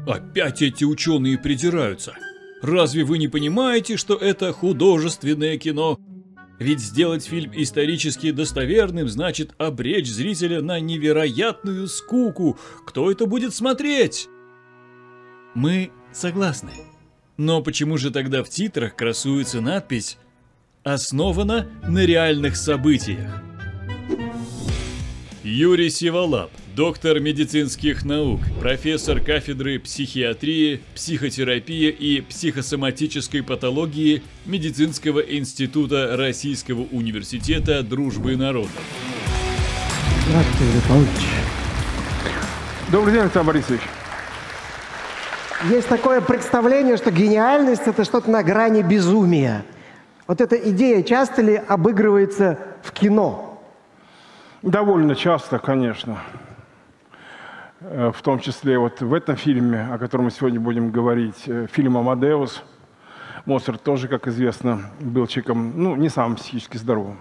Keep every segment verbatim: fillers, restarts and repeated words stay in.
Опять эти ученые придираются. Разве вы не понимаете, что это художественное кино? Ведь сделать фильм исторически достоверным значит обречь зрителя на невероятную скуку. Кто это будет смотреть? Мы согласны. Но почему же тогда в титрах красуется надпись «Основано на реальных событиях»? Юрий Сиволап, доктор медицинских наук, профессор кафедры психиатрии, психотерапии и психосоматической патологии Медицинского института Российского университета Дружбы народов. Здравствуйте, Юрий Павлович. Добрый день, Александр Борисович. Есть такое представление, что гениальность – это что-то на грани безумия. Вот эта идея часто ли обыгрывается в кино? Довольно часто, конечно. В том числе вот в этом фильме, о котором мы сегодня будем говорить, фильм «Амадеус». Моцарт тоже, как известно, был человеком, ну, не самым психически здоровым.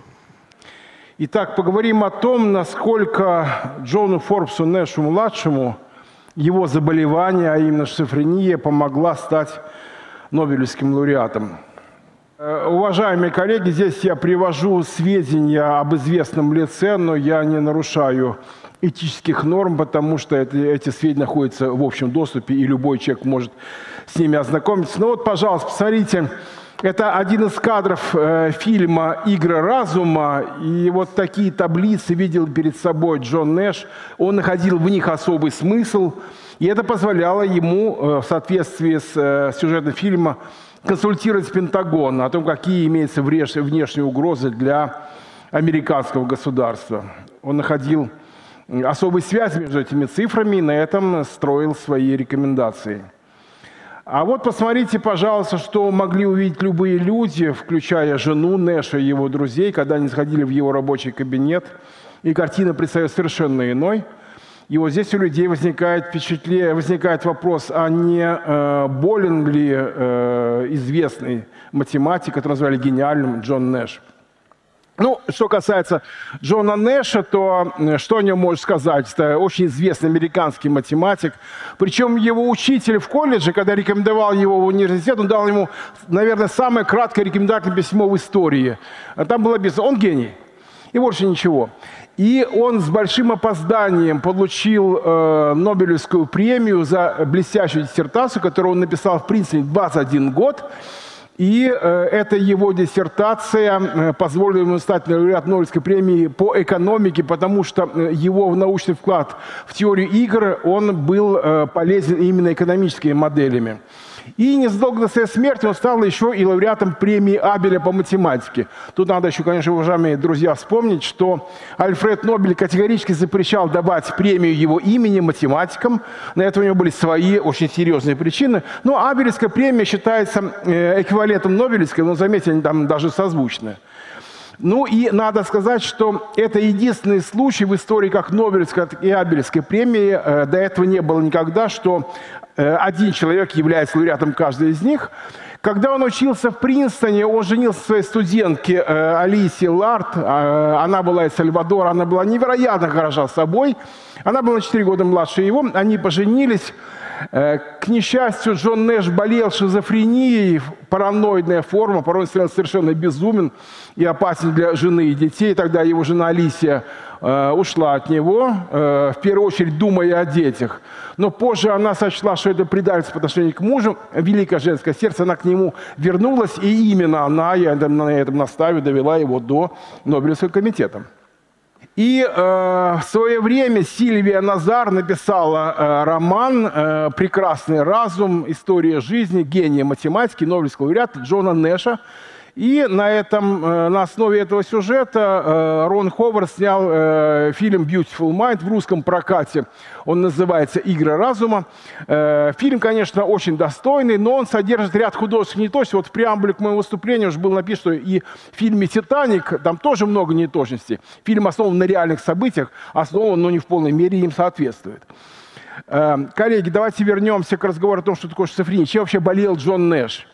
Итак, поговорим о том, насколько Джону Форбсу Нэшу-младшему его заболевание, а именно шизофрения, помогла стать Нобелевским лауреатом. Уважаемые коллеги, здесь я привожу сведения об известном лице, но я не нарушаю этических норм, потому что это, эти сведения находятся в общем доступе, и любой человек может с ними ознакомиться. Ну вот, пожалуйста, посмотрите, это один из кадров э, фильма «Игры разума», и вот такие таблицы видел перед собой Джон Нэш. Он находил в них особый смысл, и это позволяло ему э, в соответствии с э, сюжетом фильма консультировать Пентагон о том, какие имеются внешние угрозы для американского государства. Он находил особую связь между этими цифрами и на этом строил свои рекомендации. А вот посмотрите, пожалуйста, что могли увидеть любые люди, включая жену Нэша и его друзей, когда они заходили в его рабочий кабинет, и картина представляется совершенно иной. И вот здесь у людей возникает впечатление, возникает вопрос, а не э, болен ли э, известный математик, который назвали гениальным, Джон Нэш. Ну, что касается Джона Нэша, то что о нем можно сказать? Это очень известный американский математик. Причем его учитель в колледже, когда рекомендовал его в университет, он дал ему, наверное, самое краткое рекомендательное письмо в истории. Там было написано: он гений. И больше ничего. И он с большим опозданием получил э, Нобелевскую премию за блестящую диссертацию, которую он написал в Принстоне двадцать один год. И э, эта его диссертация э, позволила ему стать лауреатом Нобелевской премии по экономике, потому что его научный вклад в теорию игр, он был э, полезен именно экономическими моделями. И незадолго до своей смерти он стал еще и лауреатом премии Абеля по математике. Тут надо еще, конечно, уважаемые друзья, вспомнить, что Альфред Нобель категорически запрещал давать премию его имени математикам. На это у него были свои очень серьезные причины. Но Абелевская премия считается эквивалентом Нобелевской, но, заметьте, они там даже созвучны. Ну и надо сказать, что это единственный случай в истории как Нобелевской, так и Абелевской премии. До этого не было никогда, что один человек является лауреатом каждой из них. Когда он учился в Принстоне, он женился на своей студентке э, Алисе Ларт. Э, она была из Сальвадора, она была невероятно хороша собой. Она была на четыре года младше его. Они поженились. Э, к несчастью, Джон Нэш болел шизофренией, параноидная форма, порой он становился совершенно безумен и опасен для жены и детей. Тогда его жена Алисия э, ушла от него, э, в первую очередь думая о детях. Но позже она сочла, что это предательство по отношению к мужу, великое женское сердце, она к нему вернулась, и именно она, я на этом настаиваю, довела его до Нобелевского комитета. И э, в свое время Сильвия Назар написала э, роман э, «Прекрасный разум. История жизни гения математики», Нобелевского лауреата Джона Нэша. И на, этом, на основе этого сюжета Рон Ховард снял фильм «Beautiful Mind» в русском прокате. Он называется «Игры разума». Фильм, конечно, очень достойный, но он содержит ряд художественных неточностей. Вот в преамбуле к моему выступлению уже было написано, что и в фильме «Титаник» там тоже много неточностей. Фильм основан на реальных событиях, основан, но не в полной мере им соответствует. Коллеги, давайте вернемся к разговору о том, что такое шизофрения. Чем вообще болел Джон Нэш?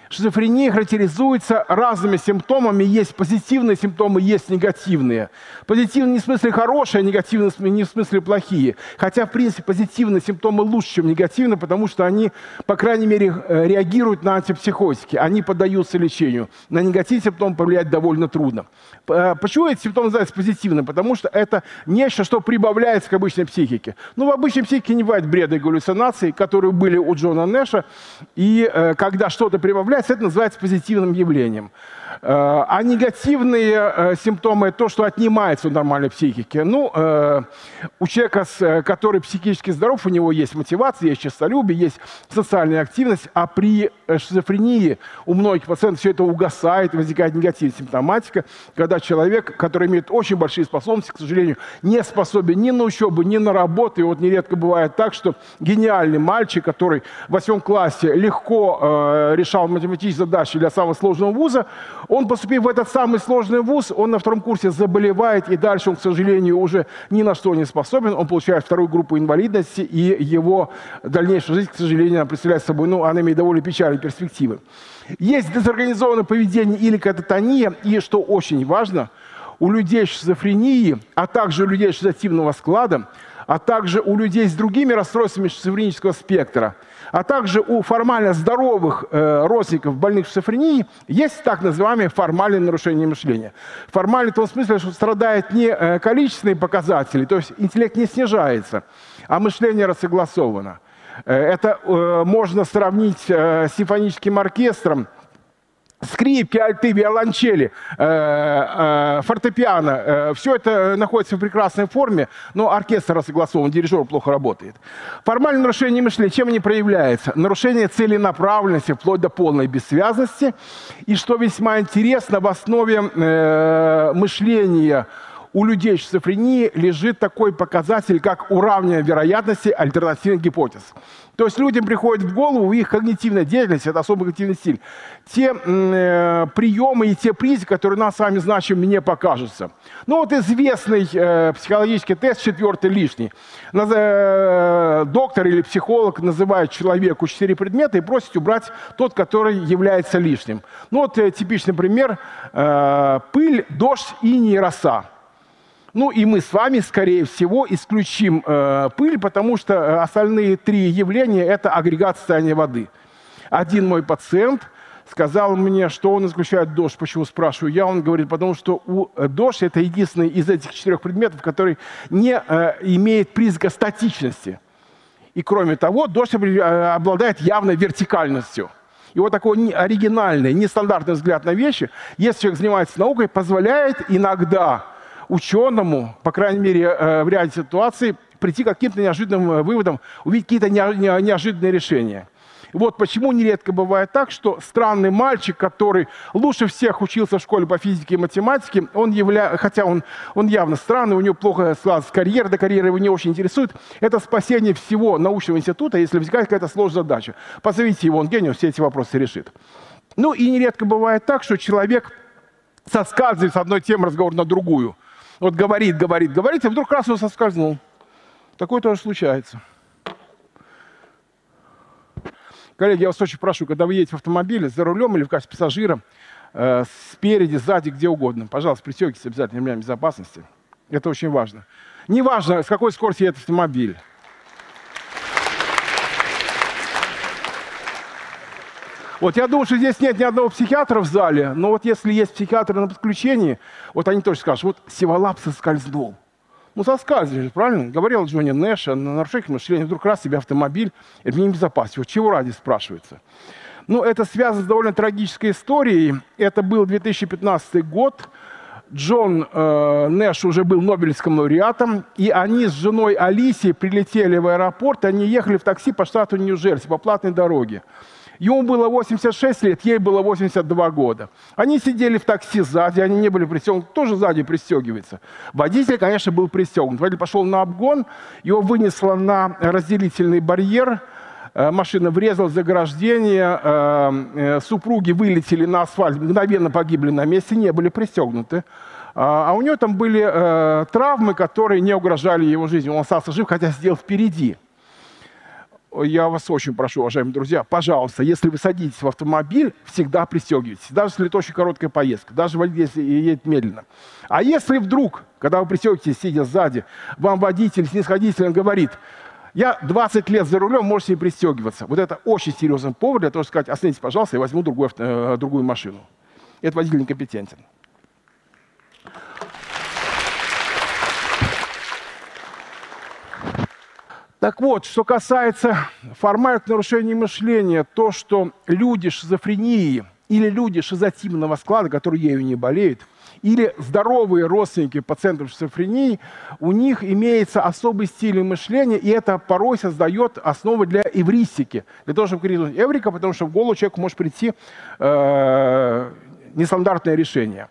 Шизофрения характеризуется разными симптомами. Есть позитивные симптомы, есть негативные. Позитивные не в смысле хорошие, а негативные не в смысле плохие. Хотя, в принципе, позитивные симптомы лучше, чем негативные, потому что они, по крайней мере, реагируют на антипсихотики. Они поддаются лечению. На негативный симптом повлиять довольно трудно. Почему этот симптом называется позитивным? Потому что это нечто, что прибавляется к обычной психике. Ну, в обычной психике не бывает бреда и галлюцинаций, которые были у Джона Нэша. И э, когда что-то прибавляется, это называется позитивным явлением. Э, а негативные э, симптомы – это то, что отнимается у нормальной психики. Ну, э, у человека, с, который психически здоров, у него есть мотивация, есть честолюбие, есть социальная активность, а при шизофрении у многих пациентов все это угасает, возникает негативная симптоматика, когда человек, который имеет очень большие способности, к сожалению, не способен ни на учебу, ни на работу. И вот нередко бывает так, что гениальный мальчик, который в восьмом классе легко э, решал математические задачи для самого сложного вуза, он, поступив в этот самый сложный вуз, он на втором курсе заболевает, и дальше он, к сожалению, уже ни на что не способен. Он получает вторую группу инвалидности, и его дальнейшая жизнь, к сожалению, представляет собой, ну, она имеет довольно печальные перспективы. Есть дезорганизованное поведение или кататония, и, что очень важно, у людей с шизофренией, а также у людей шизоактивного склада, а также у людей с другими расстройствами шизофренического спектра, а также у формально здоровых э, родственников больных шизофренией есть так называемые формальные нарушения мышления. Формально в том смысле, что страдают не э, количественные показатели, то есть интеллект не снижается, а мышление рассогласовано. Э, это э, можно сравнить э, с симфоническим оркестром. Скрипки, альты, виолончели, э, э, фортепиано, э, все это находится в прекрасной форме, но оркестр рассогласован, дирижер плохо работает. Формальное нарушение мышления, чем они проявляются? Нарушение целенаправленности, вплоть до полной бессвязности. И что весьма интересно, в основе э, мышления у людей с шизофренией лежит такой показатель, как уравнивание вероятности альтернативных гипотез. То есть людям приходит в голову их когнитивная деятельность, это особый когнитивный стиль, те э, приемы и те призы, которые нам с вами значимы, мне покажутся. Ну вот известный э, психологический тест «Четвертый лишний». Наз, э, доктор или психолог называет человеку четыре предмета и просит убрать тот, который является лишним. Ну вот э, типичный пример э, – пыль, дождь, иней, роса. Ну и мы с вами, скорее всего, исключим э, пыль, потому что остальные три явления – это агрегат состояния воды. Один мой пациент сказал мне, что он исключает дождь. Почему, спрашиваю я? Он говорит, потому что у, э, дождь – это единственный из этих четырех предметов, который не э, имеет признака статичности. И кроме того, дождь обладает явной вертикальностью. И вот такой оригинальный, нестандартный взгляд на вещи, если человек занимается наукой, позволяет иногда ученому, по крайней мере, в ряде ситуаций, прийти к каким-то неожиданным выводам, увидеть какие-то неожиданные решения. Вот почему нередко бывает так, что странный мальчик, который лучше всех учился в школе по физике и математике, он явля... хотя он, он явно странный, у него плохо складывается карьера, до карьеры его не очень интересует, это спасение всего научного института, если возникает какая-то сложная задача. Позовите его, он гений, он все эти вопросы решит. Ну и нередко бывает так, что человек соскальзывает с одной темы разговора на другую. Вот говорит, говорит, говорит, а вдруг раз он соскользнул. Такое тоже случается. Коллеги, я вас очень прошу, когда вы едете в автомобиле, за рулем или в качестве пассажира, э, спереди, сзади, где угодно, пожалуйста, пристегивайтесь обязательно ремнями безопасности. Это очень важно. Неважно, с какой скоростью едет автомобиль. Вот я думаю, что здесь нет ни одного психиатра в зале, но вот если есть психиатры на подключении, вот они тоже скажут, вот Сиволап соскользнул. Ну, соскальзываешь, правильно? Говорил Джонни Нэш, на нарушение мышления, вдруг раз себе автомобиль, это мне безопасно. Вот чего ради, спрашивается. Ну, это связано с довольно трагической историей. Это был две тысячи пятнадцатый год. Джон э, Нэш уже был Нобелевским лауреатом, и они с женой Алисией прилетели в аэропорт, они ехали в такси по штату Нью-Джерси, по платной дороге. Ему было восемьдесят шесть лет, ей было восемьдесят два года. Они сидели в такси сзади, они не были пристегнуты, тоже сзади пристегивается. Водитель, конечно, был пристегнут. Водитель пошел на обгон, его вынесло на разделительный барьер, машина врезалась в заграждение, супруги вылетели на асфальт, мгновенно погибли на месте, не были пристегнуты. А у него там были травмы, которые не угрожали его жизни. Он остался жив, хотя сидел впереди. я вас очень прошу, уважаемые друзья, пожалуйста, если вы садитесь в автомобиль, всегда пристегивайтесь. Даже если это очень короткая поездка, даже если едет медленно. А если вдруг, когда вы пристегиваетесь, сидя сзади, вам водитель снисходительно говорит: я двадцать лет за рулем, можете не пристегиваться. Вот это очень серьезный повод для того, чтобы сказать: остановитесь, пожалуйста, я возьму другую, другую машину. Этот водитель некомпетентен. Так вот, что касается формальных нарушений мышления, то, что люди с шизофренией или люди шизотипного склада, которые ею не болеют, или здоровые родственники пациентов с шизофренией, у них имеется особый стиль мышления, и это порой создает основы для эвристики. Для того, чтобы корректировать эврика, потому что в голову человеку может прийти э, нестандартное решение.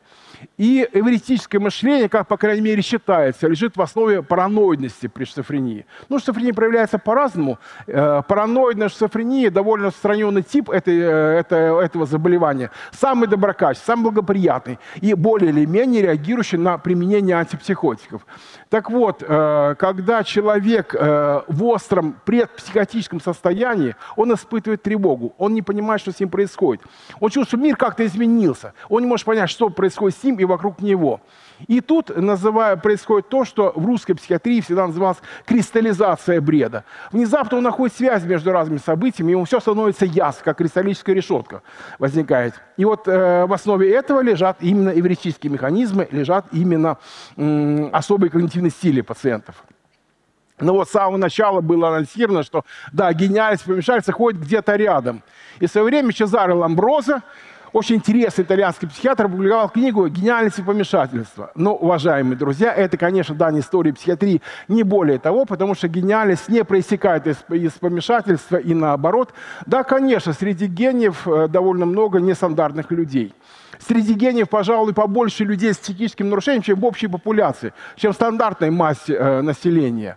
И эвристическое мышление, как, по крайней мере, считается, лежит в основе параноидности при шизофрении. Ну, шизофрения проявляется по-разному. Э, параноидная шизофрения — довольно распространенный тип этой, это, этого заболевания. Самый доброкачественный, самый благоприятный и более или менее реагирующий на применение антипсихотиков. Так вот, э, когда человек э, в остром предпсихотическом состоянии, он испытывает тревогу, он не понимает, что с ним происходит. Он чувствует, что мир как-то изменился. Он не может понять, что происходит с ним и вокруг него. И тут называя, происходит то, что в русской психиатрии всегда называлось кристаллизация бреда. Внезапно он находит связь между разными событиями, и ему все становится ясно, как кристаллическая решетка возникает. И вот э, в основе этого лежат именно эвристические механизмы, лежат именно м, особые когнитивные стили пациентов. Но вот с самого начала было анонсировано, что да, гениальность помешательства ходит где-то рядом. И в свое время Чезаре Ламброзо, очень интересный итальянский психиатр, опубликовал книгу «Гениальность и помешательство». Но, уважаемые друзья, это, конечно, да, не история психиатрии, не более того, потому что гениальность не проистекает из, из помешательства и наоборот. Да, конечно, среди гениев довольно много нестандартных людей. Среди гениев, пожалуй, побольше людей с психическим нарушением, чем в общей популяции, чем в стандартной массе э, населения.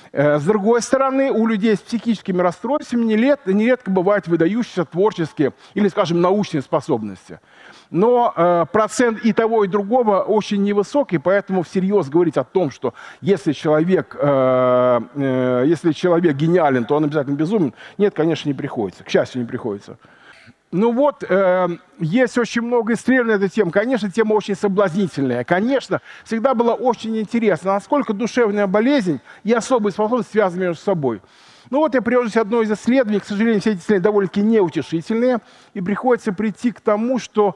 С другой стороны, у людей с психическими расстройствами нередко, нередко бывают выдающиеся творческие или, скажем, научные способности. Но э, процент и того, и другого очень невысокий, поэтому всерьез говорить о том, что если человек, э, э, если человек гениален, то он обязательно безумен, нет, конечно, не приходится. К счастью, не приходится. Ну вот, э, есть очень много исследований на эту тему. Конечно, тема очень соблазнительная. Конечно, всегда было очень интересно, насколько душевная болезнь и особые способности связаны между собой. Ну вот я привожу здесь одно из исследований. К сожалению, все эти исследования довольно-таки неутешительные. И приходится прийти к тому, что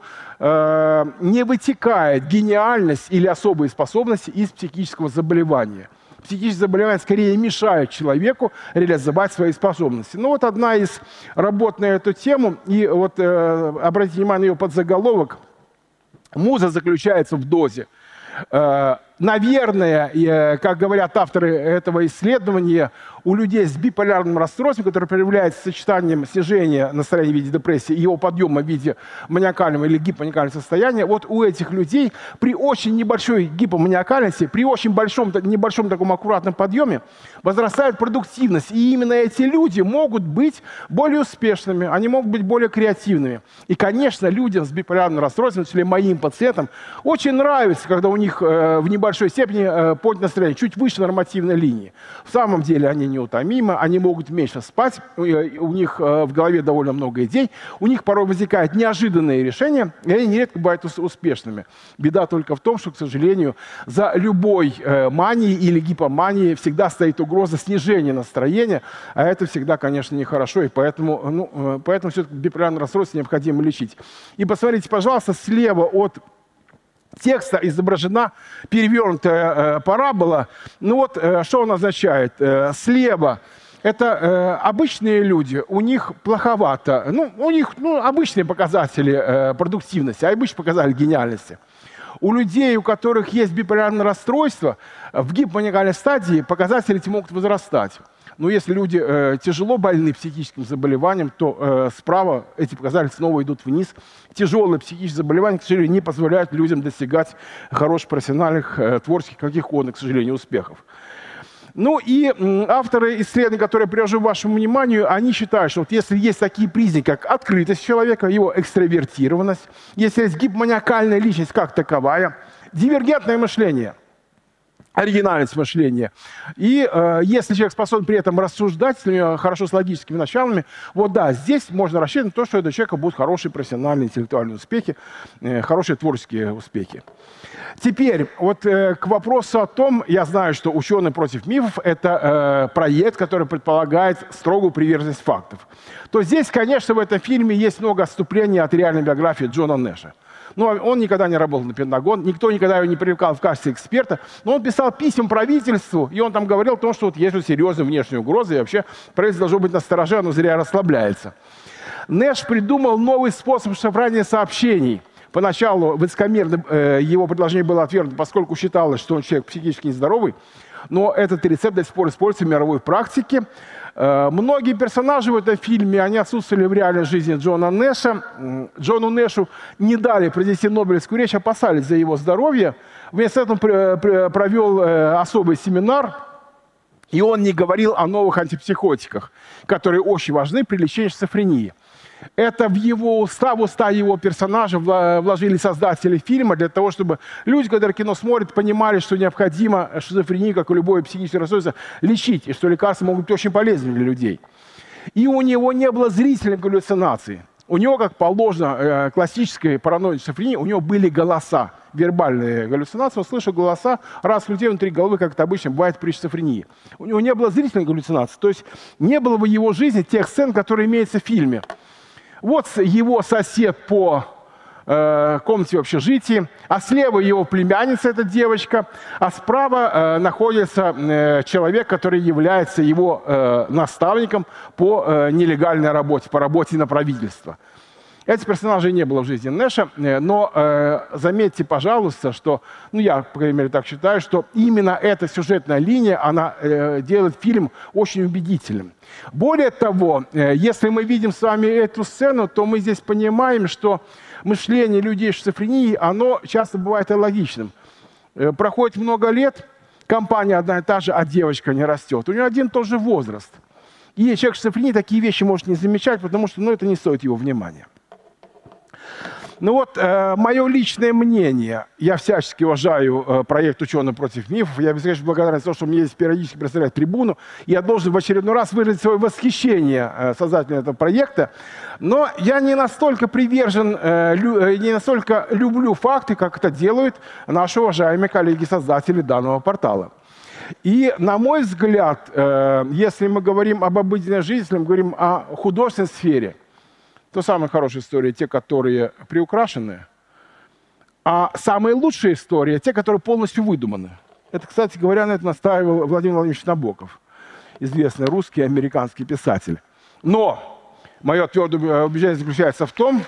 э, не вытекает гениальность или особые способности из психического заболевания. Психические заболевания скорее мешают человеку реализовать свои способности. Ну вот одна из работ на эту тему, и вот э, обратите внимание на ее подзаголовок: «Муза заключается в дозе». Э, наверное, э, как говорят авторы этого исследования, у людей с биполярным расстройством, которое проявляется сочетанием снижения настроения в виде депрессии и его подъема в виде маниакального или гипоманиакального состояния, вот у этих людей при очень небольшой гипоманиакальности, при очень большом, небольшом таком аккуратном подъеме возрастает продуктивность. И именно эти люди могут быть более успешными, они могут быть более креативными. И, конечно, людям с биполярным расстройством, в том числе моим пациентам, очень нравится, когда у них э, в небольшой степени э, поднято настроение, чуть выше нормативной линии. В самом деле они неутомимы, они могут меньше спать, у них в голове довольно много идей, у них порой возникают неожиданные решения, и они нередко бывают успешными. Беда только в том, что, к сожалению, за любой манией или гипоманией всегда стоит угроза снижения настроения, а это всегда, конечно, нехорошо, и поэтому, ну, поэтому все-таки биполярное расстройство необходимо лечить. И посмотрите, пожалуйста, слева от текста изображена перевернутая э, парабола. Ну вот, э, что он означает? Э, слева это э, обычные люди, у них плоховато, ну, у них ну, обычные показатели э, продуктивности, обычные показатели гениальности. У людей, у которых есть биполярное расстройство, в гипоманиакальной стадии показатели эти могут возрастать. Но если люди э, тяжело больны психическим заболеванием, то э, справа эти показатели снова идут вниз. Тяжелые психические заболевания, к сожалению, не позволяют людям достигать хороших профессиональных, э, творческих, каких угодно, к сожалению, успехов. Ну и э, авторы исследований, которые я привожу вашему вниманию, они считают, что вот если есть такие признаки, как открытость человека, его экстравертированность, если есть гипоманиакальная личность как таковая, дивергентное мышление, оригинальность мышления. И э, если человек способен при этом рассуждать, если у него хорошо с логическими началами, вот да, здесь можно рассчитывать на то, что у этого человека будут хорошие профессиональные, интеллектуальные успехи, э, хорошие творческие успехи. Теперь вот э, к вопросу о том, я знаю, что «Ученые против мифов» — это э, проект, который предполагает строгую приверженность фактов. То здесь, конечно, в этом фильме есть много отступлений от реальной биографии Джона Нэша. Ну, он никогда не работал на Пентагон, никто никогда его не привлекал в качестве эксперта, но он писал письма правительству, и он там говорил о том, что вот есть вот серьезные внешние угрозы, и вообще правительство должно быть настороже, оно зря расслабляется. Нэш придумал новый способ шифрования сообщений. Поначалу высокомерно э, его предложение было отвергнуто, поскольку считалось, что он человек психически нездоровый, но этот рецепт до сих пор используется в мировой практике. Э, многие персонажи в этом фильме, они отсутствовали в реальной жизни Джона Нэша. Джону Нэшу не дали произнести Нобелевскую речь, опасались за его здоровье. Вместо этого провел э, особый семинар, и он не говорил о новых антипсихотиках, которые очень важны при лечении шизофрении. Это в его уста, в уста его персонажа вложили создатели фильма для того, чтобы люди, которые кино смотрят, понимали, что необходимо шизофрению, как и любое психическое расстройство, лечить, и что лекарства могут быть очень полезны для людей. И у него не было зрительных галлюцинаций. У него, как положено классической параноидной шизофрении, у него были голоса, вербальные галлюцинации. Он слышал голоса разных людей внутри головы, как это обычно бывает при шизофрении. У него не было зрительных галлюцинаций, то есть не было в его жизни тех сцен, которые имеются в фильме. Вот его сосед по э, комнате в общежитии, а слева его племянница, эта девочка, а справа э, находится э, человек, который является его э, наставником по э, нелегальной работе, по работе на правительство. Этих персонажей не было в жизни Нэша, но э, заметьте, пожалуйста, что, ну я, по крайней мере, так считаю, что именно эта сюжетная линия, она э, делает фильм очень убедительным. Более того, э, если мы видим с вами эту сцену, то мы здесь понимаем, что мышление людей с шизофренией, оно часто бывает алогичным. Э, проходит много лет, компания одна и та же, а девочка не растет. У нее один и тот же возраст. И человек с шизофренией такие вещи может не замечать, потому что ну, это не стоит его внимания. Ну вот, э, мое личное мнение. Я всячески уважаю э, проект «Ученые против мифов». Я бесконечно благодарен за то, что мне здесь периодически представляют трибуну. Я должен в очередной раз выразить свое восхищение э, создателям этого проекта. Но я не настолько привержен, э, лю, не настолько люблю факты, как это делают наши уважаемые коллеги-создатели данного портала. И, на мой взгляд, э, если мы говорим об обыденной жизни, если мы говорим о художественной сфере, то самые хорошие истории – те, которые приукрашены, а самые лучшие истории – те, которые полностью выдуманы. Это, кстати говоря, на это настаивал Владимир Владимирович Набоков, известный русский и американский писатель. Но мое твердое убеждение заключается в том,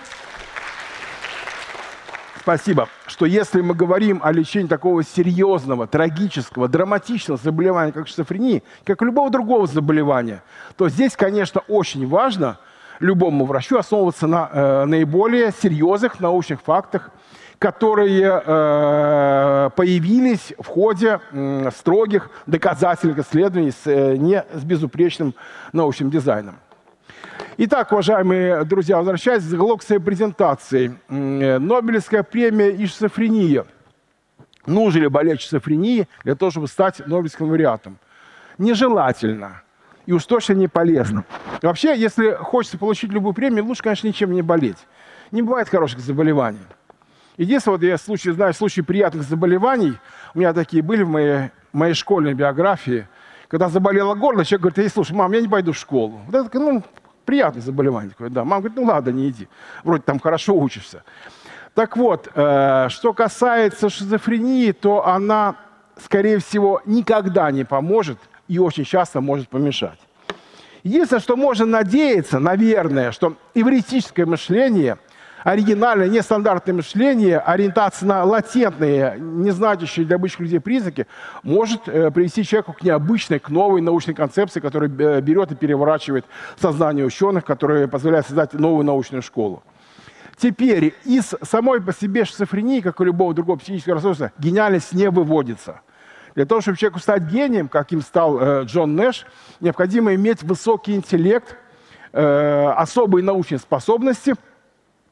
спасибо, что если мы говорим о лечении такого серьезного, трагического, драматичного заболевания, как шизофрения, как любого другого заболевания, то здесь, конечно, очень важно любому врачу основываться на э, наиболее серьезных научных фактах, которые э, появились в ходе э, строгих доказательных исследований с, э, не с безупречным научным дизайном. Итак, уважаемые друзья, возвращаясь к заголовку своей презентации. Э, Нобелевская премия и шизофрения. Нужно ли болеть шизофренией для того, чтобы стать Нобелевским лауреатом? Нежелательно. И уж точно не полезно. Вообще, если хочется получить любую премию, лучше, конечно, ничем не болеть. Не бывает хороших заболеваний. Единственное, вот я случай, знаю случаи приятных заболеваний, у меня такие были в моей, моей школьной биографии, когда заболело горло, человек говорит: эй, слушай, мам, я не пойду в школу. Вот это, ну, приятное заболевание такое, да. Мама говорит: ну ладно, не иди, вроде там хорошо учишься. Так вот, э, что касается шизофрении, то она, скорее всего, никогда не поможет и очень часто может помешать. Единственное, что можно надеяться, наверное, что эвристическое мышление, оригинальное, нестандартное мышление, ориентация на латентные, не значащие для обычных людей признаки, может э, привести человека к необычной, к новой научной концепции, которая э, берет и переворачивает сознание ученых, которые позволяют создать новую научную школу. Теперь из самой по себе шизофрении, как и любого другого психического расстройства, гениальность не выводится. Для того, чтобы человеку стать гением, каким стал э, Джон Нэш, необходимо иметь высокий интеллект, э, особые научные способности.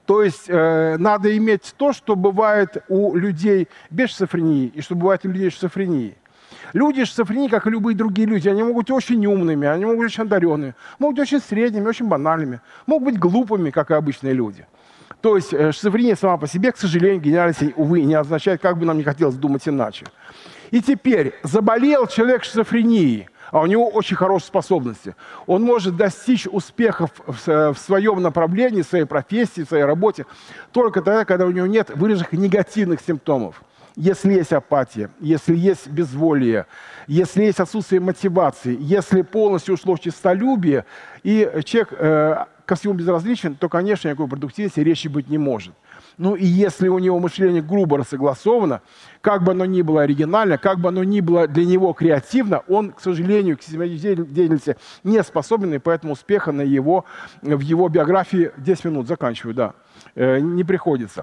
То есть э, надо иметь то, что бывает у людей без шизофрении и что бывает у людей с шизофренией. Люди с шизофренией, как и любые другие люди, они могут быть очень умными, они могут быть очень одаренными, могут быть очень средними, очень банальными, могут быть глупыми, как и обычные люди. То есть э, шизофрения сама по себе, к сожалению, гениальность, увы, не означает, как бы нам не хотелось думать иначе. И теперь заболел человек шизофренией, а у него очень хорошие способности. Он может достичь успехов в, в своем направлении, в своей профессии, в своей работе только тогда, когда у него нет выраженных негативных симптомов. Если есть апатия, если есть безволие, если есть отсутствие мотивации, если полностью ушло в честолюбие, и человек э, ко всему безразличен, то, конечно, никакой продуктивности речи быть не может. Ну и если у него мышление грубо рассогласовано, как бы оно ни было оригинально, как бы оно ни было для него креативно, он, к сожалению, к систематической деятельности не способен, и поэтому успеха на его, в его биографии, десять минут, заканчиваю, да, э, не приходится.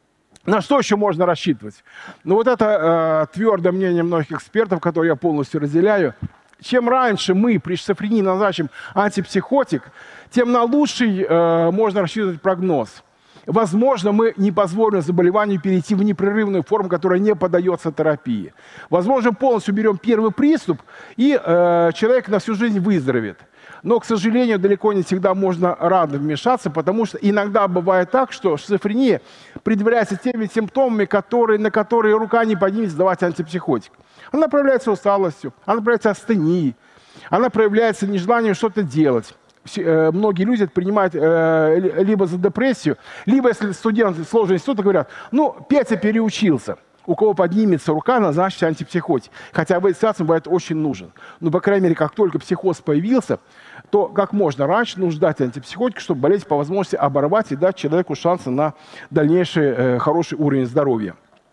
На что еще можно рассчитывать? Ну вот это э, твердое мнение многих экспертов, которое я полностью разделяю. Чем раньше мы при шизофрении назначим антипсихотик, тем на лучший э, можно рассчитывать прогноз. Возможно, мы не позволим заболеванию перейти в непрерывную форму, которая не поддается терапии. Возможно, полностью уберем первый приступ, и э, человек на всю жизнь выздоровеет. Но, к сожалению, далеко не всегда можно рано вмешаться, потому что иногда бывает так, что шизофрения предъявляется теми симптомами, которые, на которые рука не поднимется давать антипсихотик. Она проявляется усталостью, она проявляется астенией, она проявляется нежеланием что-то делать. Многие люди это принимают э, либо за депрессию, либо, если студенты сложного института говорят, ну, Петя переучился. У кого поднимется рука, назначить антипсихотик. Хотя в этой ситуации бывает очень нужен. Но, по крайней мере, как только психоз появился, то как можно раньше нужно дать антипсихотик, чтобы болезнь по возможности оборвать и дать человеку шансы на дальнейший э, хороший уровень здоровья.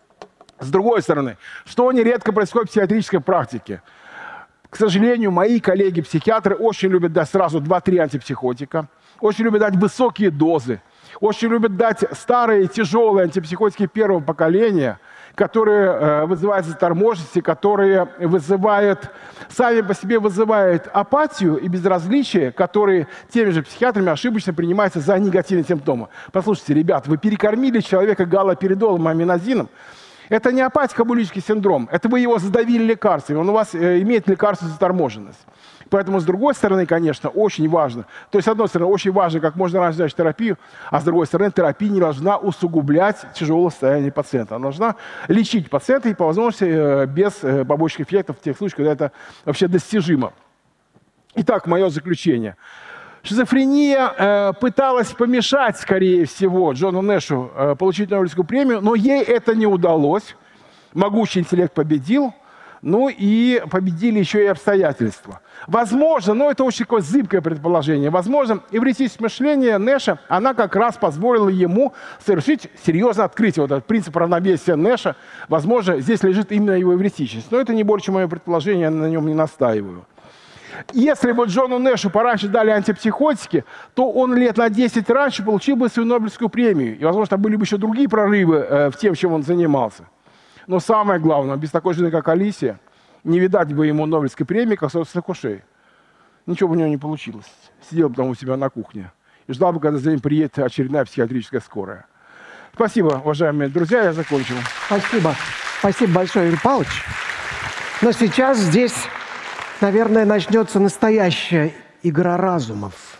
С другой стороны, что нередко происходит в психиатрической практике. К сожалению, мои коллеги-психиатры очень любят дать сразу два-три антипсихотика, очень любят дать высокие дозы, очень любят дать старые тяжелые антипсихотики первого поколения, которые э, вызывают заторможенность, которые вызывают, сами по себе вызывают апатию и безразличие, которые теми же психиатрами ошибочно принимаются за негативные симптомы. Послушайте, ребят, вы перекормили человека галоперидолом, аминозином. Это не апатико-булический синдром, это вы его задавили лекарствами, он у вас э, имеет лекарственную заторможенность. Поэтому, с другой стороны, конечно, очень важно, то есть, с одной стороны, очень важно, как можно раньше начать терапию, а с другой стороны, терапия не должна усугублять тяжелое состояние пациента. Она должна лечить пациента и, по возможности, э, без э, побочных эффектов в тех случаях, когда это вообще достижимо. Итак, мое заключение. Шизофрения э, пыталась помешать, скорее всего, Джону Нэшу э, получить Нобелевскую премию, но ей это не удалось. Могучий интеллект победил, ну и победили еще и обстоятельства. Возможно, но это очень такое зыбкое предположение, возможно, эвристическое мышление Нэша, она как раз позволила ему совершить серьезное открытие. Вот этот принцип равновесия Нэша, возможно, здесь лежит именно его эвристичность. Но это не больше мое предположение, я на нем не настаиваю. Если бы Джону Нэшу пораньше дали антипсихотики, то он лет на десять раньше получил бы свою Нобелевскую премию. И, возможно, там были бы еще другие прорывы э, в тем, чем он занимался. Но самое главное, без такой жены, как Алисия, не видать бы ему Нобелевской премии, как собственно Кушей. Ничего бы у него не получилось. Сидел бы там у себя на кухне и ждал бы, когда за ним приедет очередная психиатрическая скорая. Спасибо, уважаемые друзья, я закончил. Спасибо. Спасибо большое, Юрий Павлович. Но сейчас здесь, наверное, начнется настоящая игра разумов.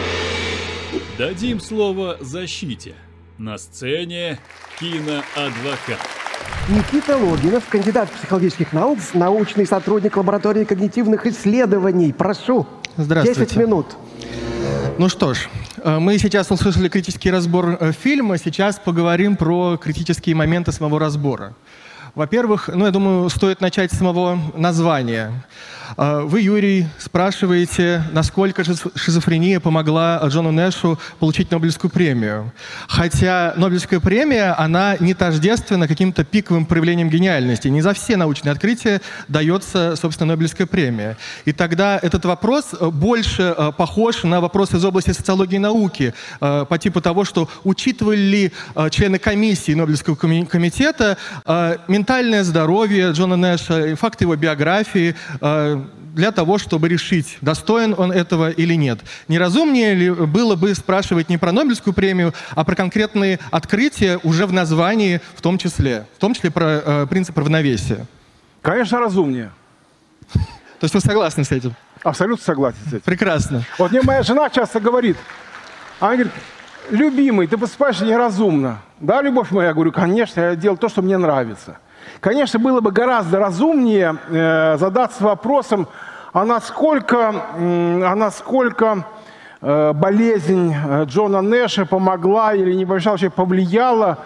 Дадим слово защите. На сцене киноадвокат. Никита Логинов, кандидат психологических наук, научный сотрудник лаборатории когнитивных исследований. Прошу. Здравствуйте. десять минут. Ну что ж, мы сейчас услышали критический разбор фильма, сейчас поговорим про критические моменты самого разбора. Во-первых, ну, я думаю, стоит начать с самого названия. Вы, Юрий, спрашиваете, насколько шизофрения помогла Джону Нэшу получить Нобелевскую премию. Хотя Нобелевская премия, она не тождественна каким-то пиковым проявлением гениальности. Не за все научные открытия дается, собственно, Нобелевская премия. И тогда этот вопрос больше похож на вопрос из области социологии и науки, по типу того, что учитывали ли члены комиссии Нобелевского комитета ментальное здоровье Джона Нэша, факты его биографии, для того, чтобы решить, достоин он этого или нет. Неразумнее ли было бы спрашивать не про Нобелевскую премию, а про конкретные открытия уже в названии в том числе, в том числе про э, принцип равновесия? Конечно, разумнее. То есть вы согласны с этим? Абсолютно согласен с этим. Прекрасно. Вот мне моя жена часто говорит, она говорит: любимый, ты поступаешь неразумно. Да, любовь моя? Я говорю: конечно, я делаю то, что мне нравится. Конечно, было бы гораздо разумнее э, задаться вопросом, а насколько, э, а насколько э, болезнь Джона Нэша помогла или не помешала, вообще повлияла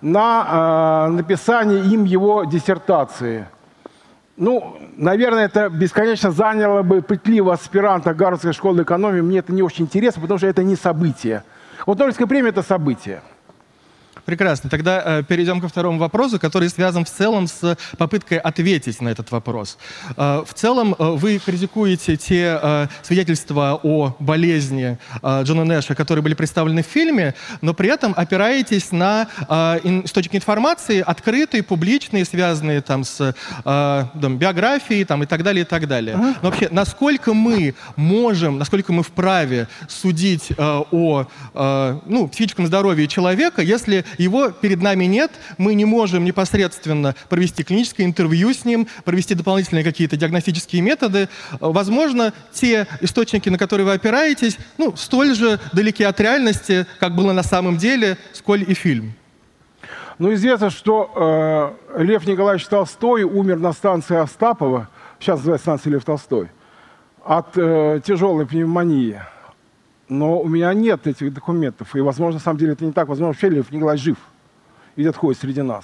на э, написание им его диссертации. Ну, наверное, это бесконечно заняло бы пытливого аспиранта Гарвардской школы экономии. Мне это не очень интересно, потому что это не событие. Вот Нобелевская премия – это событие. Прекрасно. Тогда э, перейдем ко второму вопросу, который связан в целом с попыткой ответить на этот вопрос. Э, в целом э, вы критикуете те э, свидетельства о болезни э, Джона Нэша, которые были представлены в фильме, но при этом опираетесь на э, ин, источники информации, открытые, публичные, связанные там, с э, там, биографией там, и так далее, и так далее. Uh-huh. Но вообще, насколько мы можем, насколько мы вправе судить э, о э, ну, психическом здоровье человека, если его перед нами нет, мы не можем непосредственно провести клиническое интервью с ним, провести дополнительные какие-то диагностические методы. Возможно, те источники, на которые вы опираетесь, ну, столь же далеки от реальности, как было на самом деле, сколь и фильм. Ну, известно, что э, Лев Николаевич Толстой умер на станции Остапова, сейчас называется станция Лев Толстой, от э, тяжелой пневмонии. Но у меня нет этих документов. И, возможно, на самом деле это не так. Возможно, вообще Лев Николаевич жив. И ходит среди нас.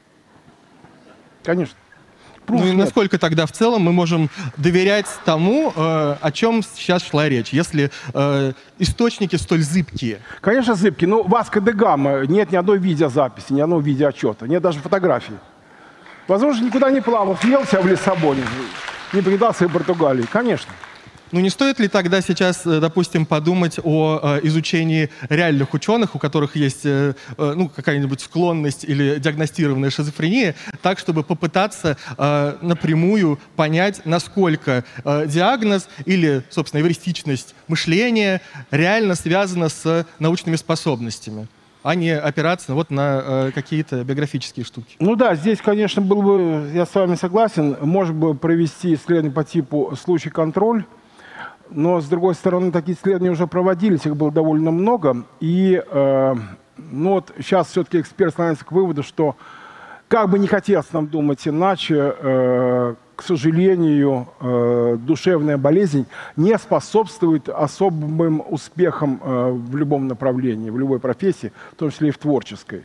Конечно. Ну и насколько тогда в целом мы можем доверять тому, э, о чем сейчас шла речь, если э, источники столь зыбкие? Конечно, зыбкие. Но Васко де Гама нет ни одной видеозаписи, ни одного видеоотчета. Нет даже фотографий. Возможно, никуда не плавал, съел себя в Лиссабоне, не покидался в Португалии. Конечно. Ну не стоит ли тогда сейчас, допустим, подумать о э, изучении реальных ученых, у которых есть э, э, ну, какая-нибудь склонность или диагностированная шизофрения, так, чтобы попытаться э, напрямую понять, насколько э, диагноз или, собственно, эвристичность мышления реально связана с научными способностями, а не опираться вот на э, какие-то биографические штуки? Ну да, здесь, конечно, был бы, я с вами согласен, можно бы провести исследование по типу случай-контроль. Но, с другой стороны, такие исследования уже проводились, их было довольно много. И э, ну вот сейчас все-таки эксперт становится к выводу, что как бы не хотелось нам думать иначе, э, к сожалению, э, душевная болезнь не способствует особым успехам э, в любом направлении, в любой профессии, в том числе и в творческой.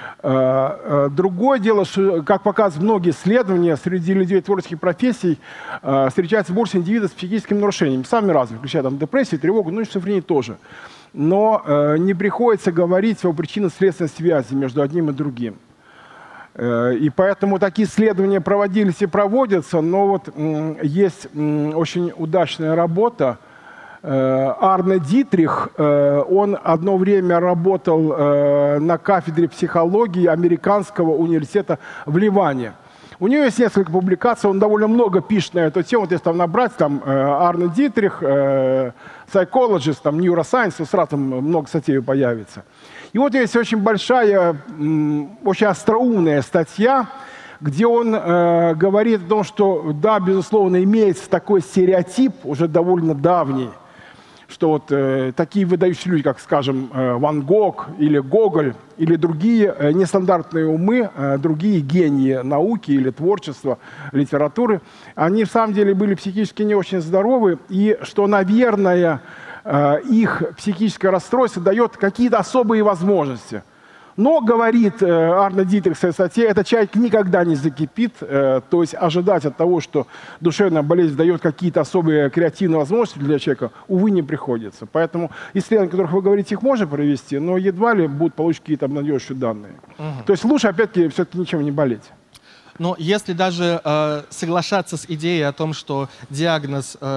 Другое дело, что, как показывают многие исследования, среди людей творческих профессий э, встречается больше индивидов с психическими нарушениями, самыми разными, включая там, депрессию, тревогу, ну и шизофрению тоже. Но э, не приходится говорить о причинно-следственной связи между одним и другим. Э, и поэтому такие исследования проводились и проводятся, но вот э, есть э, очень удачная работа. Арне Дитрих, он одно время работал на кафедре психологии Американского университета в Ливане. У него есть несколько публикаций, он довольно много пишет на эту тему. Вот если там набрать, там Арне Дитрих, psychologist, там neuroscience, то сразу там много статей появится. И вот есть очень большая, очень остроумная статья, где он э, говорит о том, что, да, безусловно, имеется такой стереотип, уже довольно давний, что вот э, такие выдающиеся люди, как, скажем, э, Ван Гог или Гоголь, или другие э, нестандартные умы, э, другие гении науки или творчества, литературы, они в самом деле были психически не очень здоровы, и что, наверное, э, их психическое расстройство дает какие-то особые возможности. Но, говорит э, Арне Дитрих в своей статье, этот человек никогда не закипит, э, то есть ожидать от того, что душевная болезнь дает какие-то особые креативные возможности для человека, увы, не приходится. Поэтому исследования, о которых вы говорите, их можно провести, но едва ли будут получить какие-то обнадеживающие данные. Угу. То есть лучше, опять-таки, все-таки ничем не болеть. Но если даже э, соглашаться с идеей о том, что диагноз... Э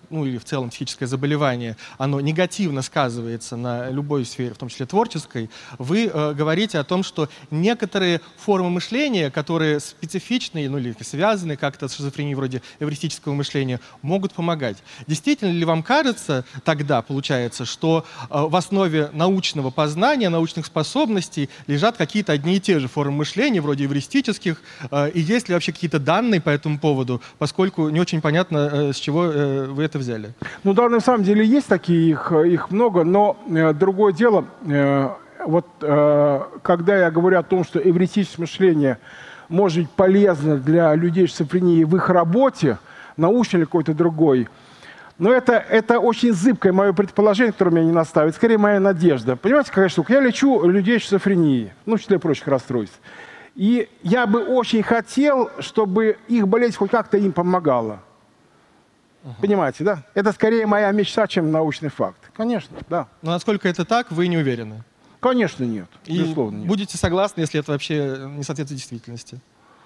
ну или в целом психическое заболевание, оно негативно сказывается на любой сфере, в том числе творческой, вы э, говорите о том, что некоторые формы мышления, которые специфичны, ну или связаны как-то с шизофренией вроде эвристического мышления, могут помогать. Действительно ли вам кажется тогда, получается, что э, в основе научного познания, научных способностей лежат какие-то одни и те же формы мышления, вроде эвристических, э, и есть ли вообще какие-то данные по этому поводу, поскольку не очень понятно, э, с чего э, вы это взяли? Ну да, на самом деле есть такие, их, их много, но э, другое дело, э, вот э, когда я говорю о том, что эвристическое мышление может быть полезно для людей с шизофренией в их работе, научный или какой-то другой, но это, это очень зыбкое мое предположение, которое меня не наставит, скорее моя надежда. Понимаете, какая штука? Я лечу людей с шизофренией, ну, в числе прочих расстройств. И я бы очень хотел, чтобы их болезнь хоть как-то им помогала. Uh-huh. Понимаете, да? Это скорее моя мечта, чем научный факт. Конечно, да. Но насколько это так, вы не уверены? Конечно, нет. И безусловно, нет. Будете согласны, если это вообще не соответствует действительности?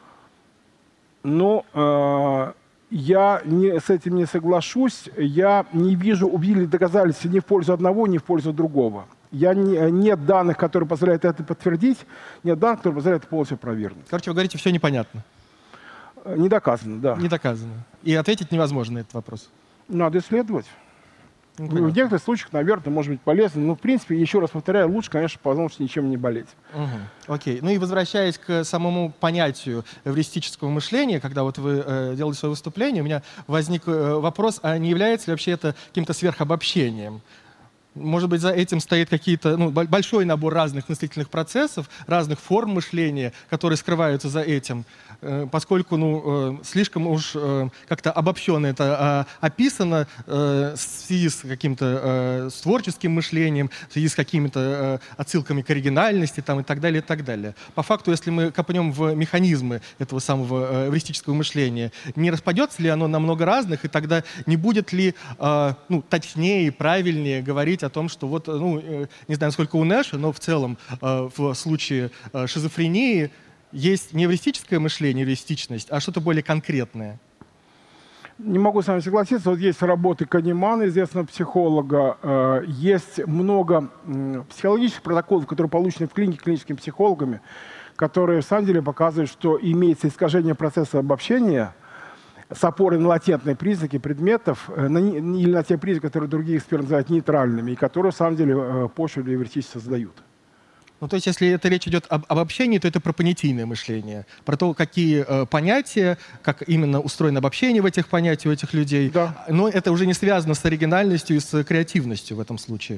Ну, э, я не, с этим не соглашусь. Я не вижу, убедили доказательства ни в пользу одного, ни в пользу другого. Я не, нет данных, которые позволяют это подтвердить, нет данных, которые позволяют это полностью опровергнуть. Короче, вы говорите, все непонятно. Не доказано, да. Не доказано. И ответить невозможно на этот вопрос. Надо исследовать. Ну, в некоторых случаях, наверное, может быть полезно. Но, в принципе, еще раз повторяю, лучше, конечно, потому что ничем не болеть. Угу. Окей. Ну и возвращаясь к самому понятию эвристического мышления, когда вот вы э, делали свое выступление, у меня возник э, вопрос, а не является ли вообще это каким-то сверхобобщением? Может быть, за этим стоит какие-то, ну, большой набор разных мыслительных процессов, разных форм мышления, которые скрываются за этим, э, поскольку ну, э, слишком уж э, как-то обобщенно это э, описано э, в связи с каким-то э, с творческим мышлением, в связи с какими-то э, отсылками к оригинальности там, и так далее, и так далее. По факту, если мы копнем в механизмы этого самого э, эвристического мышления, не распадется ли оно на много разных, и тогда не будет ли э, ну, точнее и правильнее говорить о том, что вот, ну, не знаю, сколько у Нэша, но в целом э, в случае э, шизофрении есть не эвристическое мышление, эвристичность, а что-то более конкретное. Не могу с вами согласиться. Вот есть работы Канемана, известного психолога, э, есть много э, психологических протоколов, которые получены в клинике клиническими психологами, которые, в самом деле, показывают, что имеется искажение процесса обобщения с опорой на латентные признаки предметов на, или на те признаки, которые другие эксперты называют нейтральными, и которые, в самом деле, почву для эвристичности создают. Ну, то есть, если это речь идет об обобщении, то это про понятийное мышление, про то, какие э, понятия, как именно устроено обобщение в этих понятиях у этих людей. Да. Но это уже не связано с оригинальностью и с креативностью в этом случае.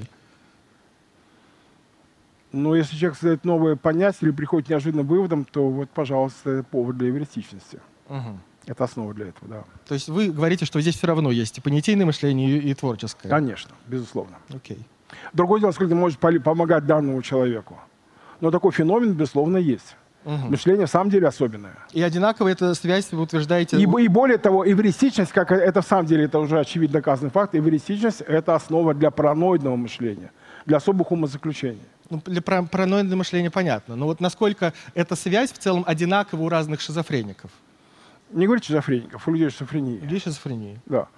Но если человек создает новые понятия или приходит к неожиданным выводам, то вот, пожалуйста, это повод для эвристичности. Угу. Это основа для этого, да. То есть вы говорите, что здесь все равно есть и понятийное мышление, и, и творческое? Конечно, безусловно. Окей. Другое дело, сколько может помогать данному человеку. Но такой феномен, безусловно, есть. Угу. Мышление в самом деле особенное. И одинаково эта связь, вы утверждаете... И, и более того, эвристичность, как это в самом деле, это уже очевидно доказанный факт, эвристичность – это основа для параноидного мышления, для особых умозаключений. Ну, для параноидного мышления понятно. Но вот насколько эта связь в целом одинакова у разных шизофреников? Не говорите шизофреников, у людей с шизофренией. Людей с шизофренией. Да.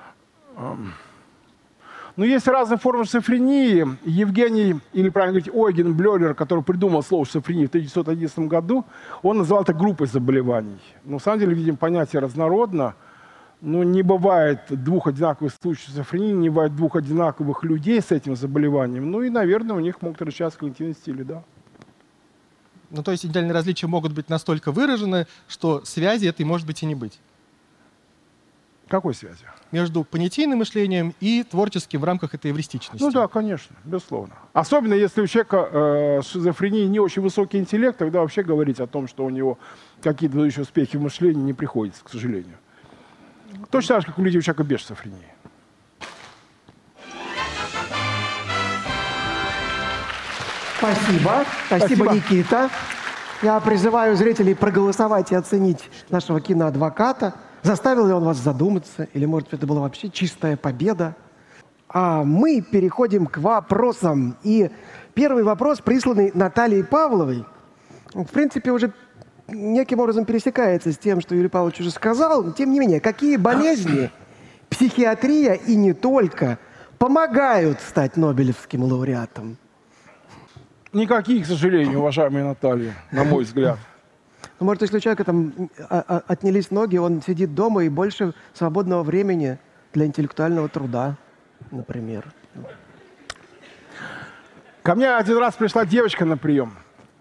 Но есть разные формы шизофрении. Евгений, или правильно говорить, Ойген Блёлер, который придумал слово шизофрения в тысяча девятьсот одиннадцатом году, он назвал это группой заболеваний. Но на самом деле, видим, понятие разнородно. Но не бывает двух одинаковых случаев шизофрении, не бывает двух одинаковых людей с этим заболеванием. Ну и, наверное, у них могут различаться когнитивные стили, да. Ну, то есть индивидуальные различия могут быть настолько выражены, что связи этой может быть и не быть. Какой связи? Между понятийным мышлением и творческим в рамках этой эвристичности. Ну да, конечно, безусловно. Особенно если у человека э, с шизофренией не очень высокий интеллект, тогда вообще говорить о том, что у него какие-то еще успехи в мышлении, не приходится, к сожалению. Точно так же, как у людей у человека без шизофрении. Спасибо. Спасибо, Спасибо, Никита. Я призываю зрителей проголосовать и оценить нашего киноадвоката. Заставил ли он вас задуматься? Или, может, это была вообще чистая победа? А мы переходим к вопросам. И первый вопрос, присланный Натальей Павловой, в принципе, уже неким образом пересекается с тем, что Юрий Павлович уже сказал. Тем не менее, какие болезни психиатрия и не только помогают стать Нобелевским лауреатом? Никакие, к сожалению, уважаемая Наталья, на мой взгляд. Ну, может, если у человека там а, а, отнялись ноги, он сидит дома и больше свободного времени для интеллектуального труда, например. Ко мне один раз пришла девочка на прием,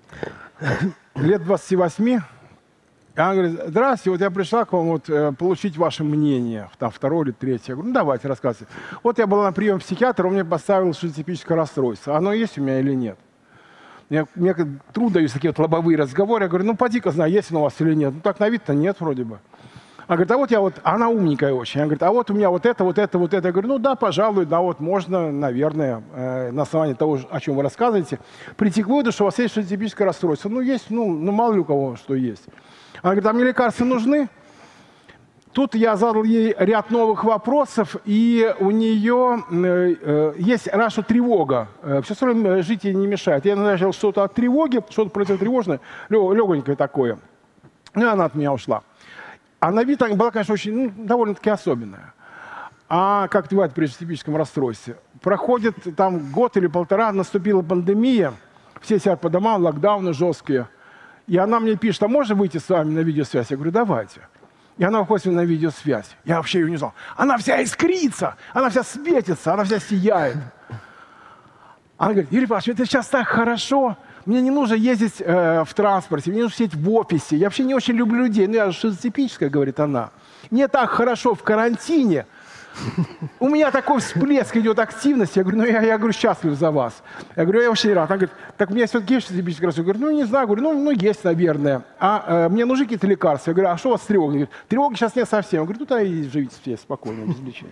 лет двадцати восьми. И она говорит: здравствуйте, вот я пришла к вам вот, э, получить ваше мнение, там, второе или третье. Я говорю: ну давайте, рассказывайте. Вот я была на прием психиатра, он мне поставил шизотипическое расстройство. Оно есть у меня или нет? Я, мне трудно даются такие вот лобовые разговоры. Я говорю: ну поди-ка знаю, есть он у вас или нет. Ну так на вид-то нет вроде бы. Она говорит: а вот я вот, она умненькая очень. Она говорит: а вот у меня вот это, вот это, вот это. Я говорю: ну да, пожалуй, да, вот можно, наверное, э, на основании того, о чем вы рассказываете, прийти к выводу, что у вас есть шизотипическое расстройство. Ну есть, ну, ну мало ли у кого что есть. Она говорит: а мне лекарства нужны? Тут я задал ей ряд новых вопросов, и у нее э, э, есть раз, что тревога. Э, все время жить ей не мешает. Я начал что-то от тревоги, что-то противотревожное, легонькое такое. И она от меня ушла. А на вид она была, конечно, очень, ну, довольно-таки особенная. А как бывает при шизотипическом расстройстве? Проходит там год или полтора, наступила пандемия, все сидят по домам, локдауны жесткие. И она мне пишет: а можно выйти с вами на видеосвязь? Я говорю: давайте. И она выходит на видеосвязь. Я вообще ее не знал. Она вся искрится, она вся светится, она вся сияет. Она говорит: Юрий Павлович, это сейчас так хорошо. Мне не нужно ездить э, в транспорте, мне нужно сидеть в офисе. Я вообще не очень люблю людей. Ну, я же шизотипическая, говорит она. Мне так хорошо в карантине. У меня такой всплеск идет активности. Я говорю: ну, я, я говорю, счастлив за вас. Я говорю: я очень рад. Она говорит: так у меня все-таки есть шизотипическое расстройство? Я говорю: ну, не знаю. Говорю: ну, ну есть, наверное. А э, мне нужны какие-то лекарства? Я говорю: а что у вас с тревогой? Говорит: тревоги сейчас нет совсем. Я говорю: ну, тогда и живите все спокойно, без лечения.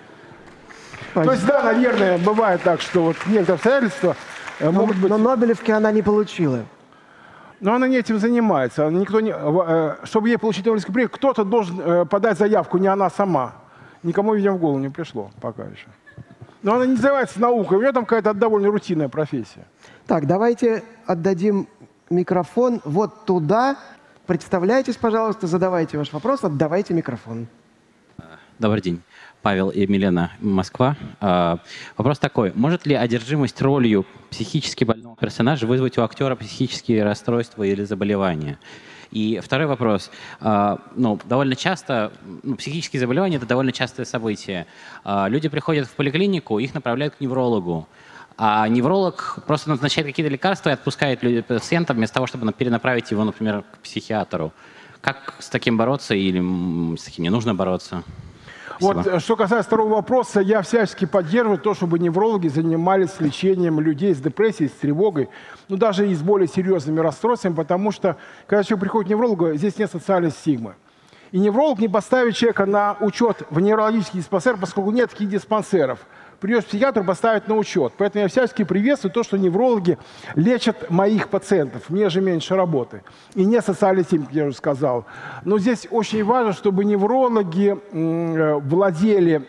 То есть, да, наверное, бывает так, что вот некоторые обстоятельства э, могут быть... Но Нобелевки она не получила. Но она не этим занимается. Никто не... э, чтобы ей получить Нобелевскую премию, кто-то должен э, подать заявку, не она сама. Никому, видимо, в голову не пришло пока еще. Но она не занимается наукой, у нее там какая-то довольно рутинная профессия. Так, давайте отдадим микрофон вот туда. Представляйтесь, пожалуйста, задавайте ваш вопрос, отдавайте микрофон. Добрый день. Павел и Милена, Москва. А, вопрос такой. Может ли одержимость ролью психически больного персонажа вызвать у актера психические расстройства или заболевания? И второй вопрос. А, ну, довольно часто, ну, психические заболевания – это довольно частое событие. А, люди приходят в поликлинику, их направляют к неврологу. А невролог просто назначает какие-то лекарства и отпускает пациента вместо того, чтобы перенаправить его, например, к психиатру. Как с таким бороться или с таким не нужно бороться? Спасибо. Вот, что касается второго вопроса, я всячески поддерживаю то, чтобы неврологи занимались лечением людей с депрессией, с тревогой, ну даже и с более серьезными расстройствами, потому что, когда человек приходит к неврологу, здесь нет социальной стигмы. И невролог не поставит человека на учет в неврологический диспансер, поскольку нет таких диспансеров. Придешь к психиатру, поставить на учет. Поэтому я всячески приветствую то, что неврологи лечат моих пациентов. Мне же меньше работы. И не социальный стигма, как я уже сказал. Но здесь очень важно, чтобы неврологи владели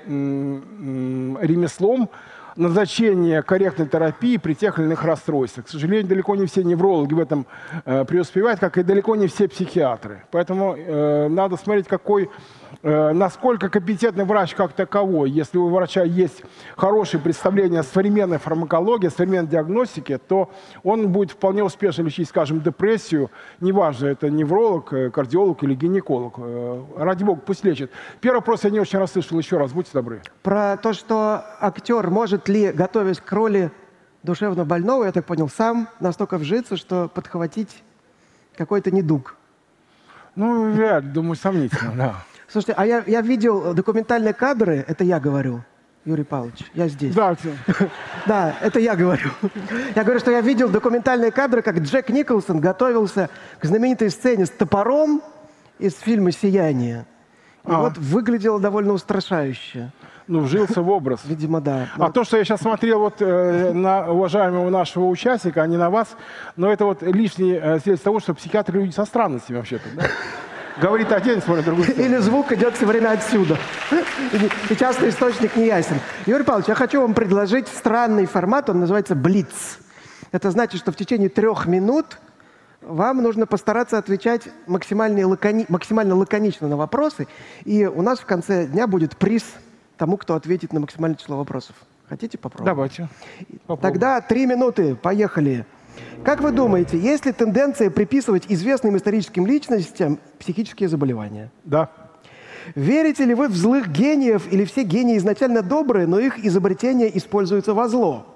ремеслом назначения корректной терапии при тех или иных расстройствах. К сожалению, далеко не все неврологи в этом э, преуспевают, как и далеко не все психиатры. Поэтому э, надо смотреть, какой, э, насколько компетентный врач как таковой. Если у врача есть хорошее представление о современной фармакологии, о современной диагностике, то он будет вполне успешно лечить, скажем, депрессию. Неважно, это невролог, кардиолог или гинеколог. Э, ради бога, пусть лечит. Первый вопрос я не очень расслышал. Еще раз, будьте добры. Про то, что актер может ли, готовясь к роли душевно больного, я так понял, сам настолько вжиться, что подхватить какой-то недуг. Ну, я думаю, сомнительно, да. Слушайте, а я, я видел документальные кадры, это я говорю, Юрий Павлович, я здесь. Да, да, это я говорю. Я говорю, что я видел документальные кадры, как Джек Николсон готовился к знаменитой сцене с топором из фильма «Сияние». И а. вот выглядело довольно устрашающе. Ну, вжился в образ. Видимо, да. А но... то, что я сейчас смотрел вот, э, на уважаемого нашего участника, а не на вас, но это вот лишнее э, свидетельство того, что психиатры люди со странностями вообще-то. Да? Говорит один, смотрит другой. Или звук идет все время отсюда. И частный источник не ясен. Юрий Павлович, я хочу вам предложить странный формат, он называется «Блиц». Это значит, что в течение трех минут вам нужно постараться отвечать максимально, лакони... максимально лаконично на вопросы. И у нас в конце дня будет приз тому, кто ответит на максимальное число вопросов. Хотите попробовать? Давайте. Попробуем. Тогда три минуты. Поехали. Как вы думаете, есть ли тенденция приписывать известным историческим личностям психические заболевания? Да. Верите ли вы в злых гениев или все гении изначально добрые, но их изобретения используются во зло?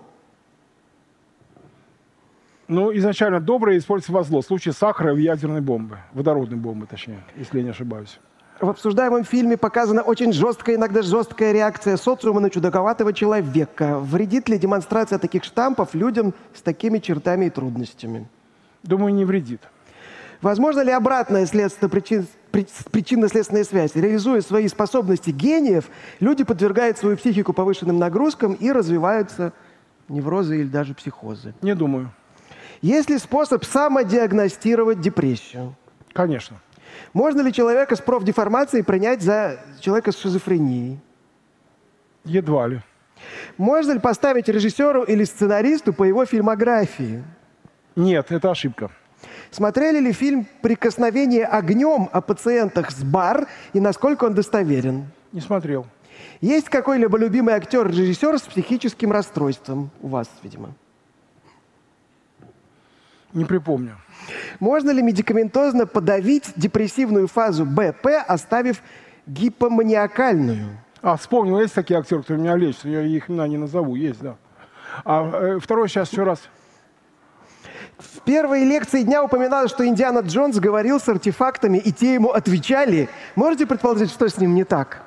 Ну, изначально добрые используются во зло. В случае сахара и ядерной бомбы. Водородной бомбы, точнее, если я не ошибаюсь. В обсуждаемом фильме показана очень жесткая, иногда жесткая реакция социума на чудаковатого человека. Вредит ли демонстрация таких штампов людям с такими чертами и трудностями? Думаю, не вредит. Возможно ли обратная следственно-причин- при- причинно-следственная связь? Реализуя свои способности гениев, люди подвергают свою психику повышенным нагрузкам и развиваются неврозы или даже психозы. Не думаю. Есть ли способ самодиагностировать депрессию? Конечно. Можно ли человека с профдеформацией принять за человека с шизофренией? Едва ли. Можно ли поставить режиссеру или сценаристу по его фильмографии? Нет, это ошибка. Смотрели ли фильм «Прикосновение огнем» о пациентах с БАР и насколько он достоверен? Не смотрел. Есть какой-либо любимый актер-режиссер с психическим расстройством? У вас, видимо. Не припомню. Можно ли медикаментозно подавить депрессивную фазу бэ пэ, оставив гипоманиакальную? А, вспомнил, есть такие актеры, которые меня лечат. Я их имена не назову. Есть, да. А э, второй сейчас еще раз. В первой лекции дня упоминалось, что Индиана Джонс говорил с артефактами, и те ему отвечали. Можете предположить, что с ним не так?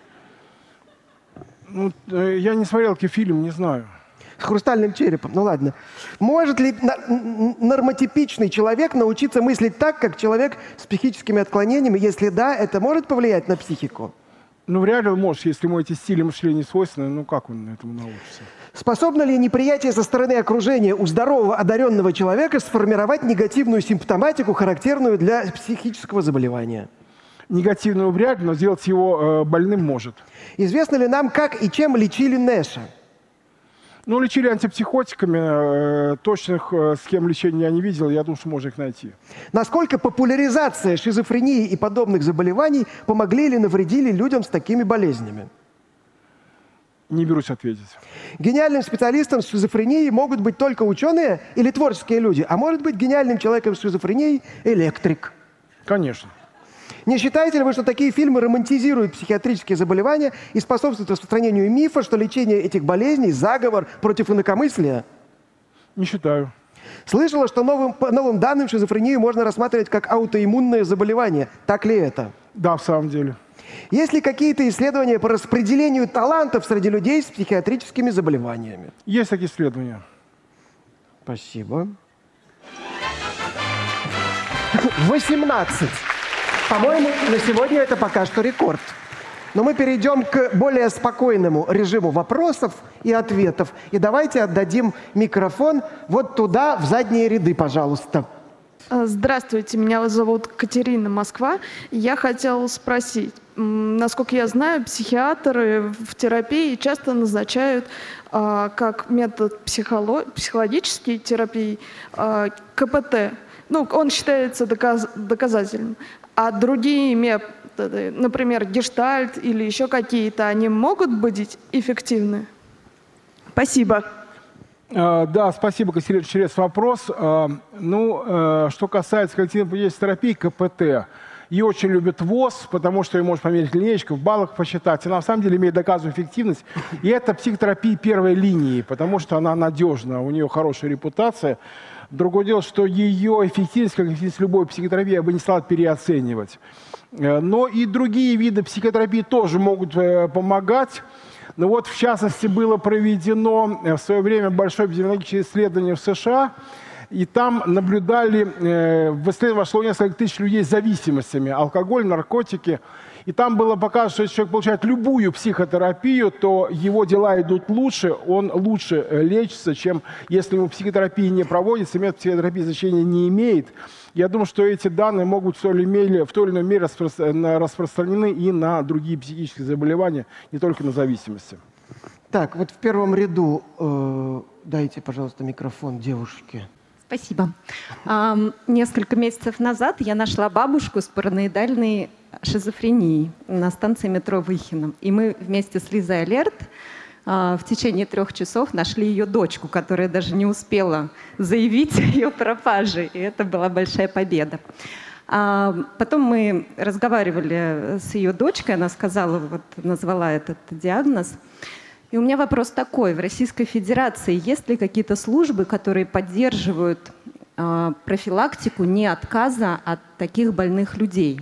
Ну, э, я не смотрел такой фильм, не знаю. С хрустальным черепом. Ну ладно. Может ли нормотипичный человек научиться мыслить так, как человек с психическими отклонениями? Если да, это может повлиять на психику? Ну, вряд ли он может, если ему эти стили мышления свойственны, ну как он этому научится? Способно ли неприятие со стороны окружения у здорового одаренного человека сформировать негативную симптоматику, характерную для психического заболевания? Негативную вряд ли, но сделать его э, больным может. Известно ли нам, как и чем лечили Нэша? Ну, лечили антипсихотиками. Э, точных э, схем лечения я не видел, я думаю, что можно их найти. Насколько популяризация шизофрении и подобных заболеваний помогли или навредили людям с такими болезнями? Не берусь ответить. Гениальным специалистом с шизофренией могут быть только ученые или творческие люди, а может быть гениальным человеком с шизофренией электрик. Конечно. Не считаете ли вы, что такие фильмы романтизируют психиатрические заболевания и способствуют распространению мифа, что лечение этих болезней – заговор против инакомыслия? Не считаю. Слышала, что новым, по новым данным шизофрению можно рассматривать как аутоиммунное заболевание. Так ли это? Да, в самом деле. Есть ли какие-то исследования по распределению талантов среди людей с психиатрическими заболеваниями? Есть такие исследования. Спасибо. восемнадцать. По-моему, на сегодня это пока что рекорд. Но мы перейдем к более спокойному режиму вопросов и ответов. И давайте отдадим микрофон вот туда, в задние ряды, пожалуйста. Здравствуйте, меня зовут Катерина, Москва. Я хотела спросить, насколько я знаю, психиатры в терапии часто назначают а, как метод психоло- психологической терапии а, ка пэ тэ. Ну, он считается доказ- доказательным. А другие методы, например, гештальт или еще какие-то, они могут быть эффективны? Спасибо. Uh, да, спасибо, Катерина, интересный вопрос. Uh, ну, uh, что касается когнитивно-поведенческой терапии, ка пэ тэ, ее очень любят ВОЗ, потому что ее можно померить линейку, в баллах посчитать. Она на самом деле имеет доказанную эффективность. И это психотерапия первой линии, потому что она надежна, у нее хорошая репутация. Другое дело, что ее эффективность, как эффективность любой психотерапии, я бы не стал переоценивать. Но и другие виды психотерапии тоже могут помогать. Но вот, в частности, было проведено в свое время большое эпидемиологическое исследование в США, и там наблюдали, в исследовании вошло несколько тысяч людей с зависимостями, алкоголь, наркотики. И там было показано, что если человек получает любую психотерапию, то его дела идут лучше, он лучше лечится, чем если ему психотерапия не проводится, метод психотерапии значения не имеет. Я думаю, что эти данные могут в той или иной мере распространены и на другие психические заболевания, не только на зависимости. Так, вот в первом ряду э, дайте, пожалуйста, микрофон девушке. Спасибо. Um, несколько месяцев назад я нашла бабушку с параноидальной шизофрении на станции метро Выхино. И мы вместе с Лизой Алерт в течение трех часов нашли ее дочку, которая даже не успела заявить о ее пропаже. И это была большая победа. А потом мы разговаривали с ее дочкой, она сказала, вот назвала этот диагноз. И у меня вопрос такой. В Российской Федерации есть ли какие-то службы, которые поддерживают а, профилактику не отказа от таких больных людей?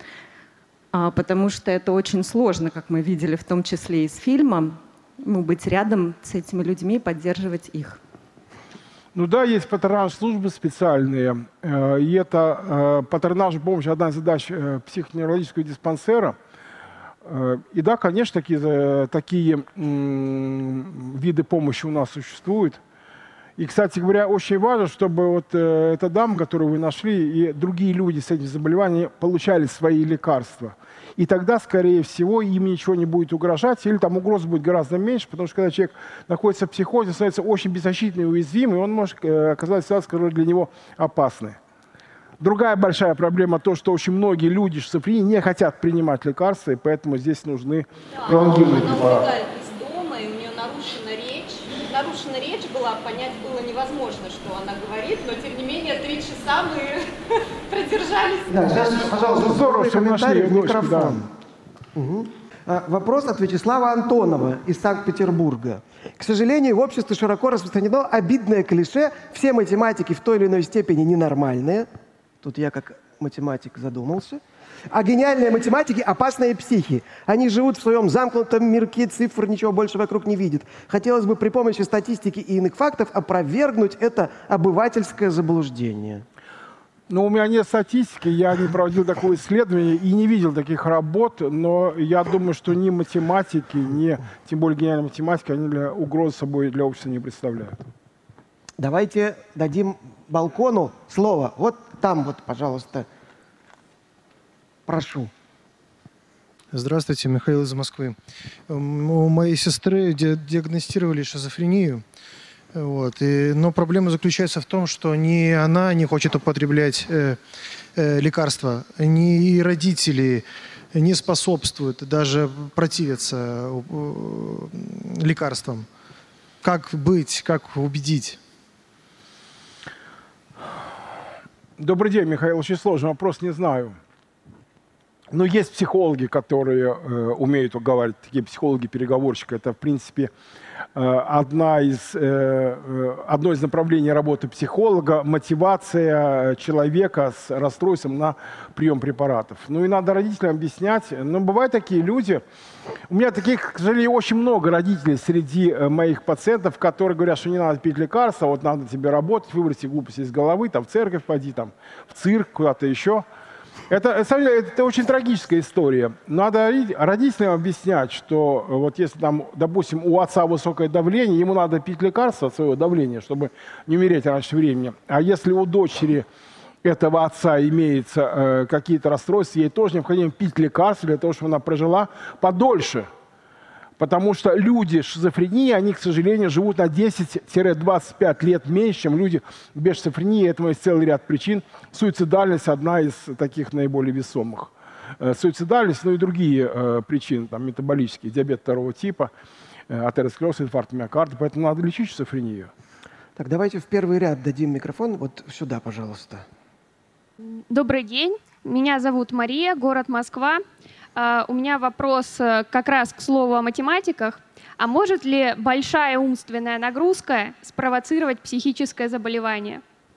А, потому что это очень сложно, как мы видели, в том числе из фильма, ну, быть рядом с этими людьми и поддерживать их. Ну да, есть патронаж-службы специальные. И это патронаж помощь, одна из задач психоневрологического диспансера. И да, конечно, такие, такие виды помощи у нас существуют. И, кстати говоря, очень важно, чтобы вот эта дама, которую вы нашли, и другие люди с этим заболеванием получали свои лекарства. И тогда, скорее всего, им ничего не будет угрожать, или там угроза будет гораздо меньше, потому что когда человек находится в психозе, он становится очень беззащитный и уязвимый, он может оказаться в ситуации, которая для него опасна. Другая большая проблема то, что очень многие люди с шизофренией не хотят принимать лекарства, и поэтому здесь нужны да, пролонгированные она препараты. убегает из дома, и у нее нарушена речь. Нарушена речь была, понять было невозможно, что она говорит, но тем не менее три часа мы продержались. Да, сейчас, пожалуйста, здорово, что нашли в дочку, микрофон. да. Угу. А, вопрос от Вячеслава Антонова из Санкт-Петербурга. К сожалению, в обществе широко распространено обидное клише: все математики в той или иной степени ненормальные. Тут я как математик задумался. А гениальные математики – опасные психи. Они живут в своем замкнутом мирке цифр, ничего больше вокруг не видят. Хотелось бы при помощи статистики и иных фактов опровергнуть это обывательское заблуждение. Ну, у меня нет статистики, я не проводил такое исследование и не видел таких работ, но я думаю, что ни математики, ни, тем более гениальные математики, они для угрозы собой для общества не представляют. Давайте дадим балкону слово. Вот там вот, пожалуйста. Прошу. Здравствуйте, Михаил из Москвы. У моей сестры диагностировали шизофрению. Вот, и, но проблема заключается в том, что ни она не хочет употреблять э, э, лекарства, ни родители не способствуют, даже противятся э, лекарствам. Как быть, как убедить? Добрый день, Михаил. Очень сложный вопрос, не знаю. Но есть психологи, которые э, умеют уговаривать, такие психологи-переговорщики. Это, в принципе, э, одна из, э, одно из направлений работы психолога – мотивация человека с расстройством на прием препаратов. Ну и надо родителям объяснять. Но бывают такие люди. У меня таких, к сожалению, очень много родителей среди моих пациентов, которые говорят, что не надо пить лекарства, вот надо тебе работать, выбросить глупости из головы, там в церковь пойди, там в цирк, куда-то еще. Это, это, это очень трагическая история. Надо родителям объяснять, что вот если там, допустим, у отца высокое давление, ему надо пить лекарства от своего давления, чтобы не умереть раньше времени. А если у дочери этого отца имеется э, какие-то расстройства, ей тоже необходимо пить лекарства для того, чтобы она прожила подольше. Потому что люди с шизофренией, они, к сожалению, живут на десять-двадцать пять лет меньше, чем люди без шизофрении. Этому есть целый ряд причин. Суицидальность – одна из таких наиболее весомых. Суицидальность, ну и другие э, причины, там, метаболические, диабет второго типа, э, атеросклероз, инфаркт миокарда. Поэтому надо лечить шизофрению. Так, давайте в первый ряд дадим микрофон. Вот сюда, пожалуйста. Добрый день. Меня зовут Мария, город Москва. Uh, у меня вопрос uh, как раз к слову о математиках. А может ли большая умственная нагрузка спровоцировать психическое заболевание?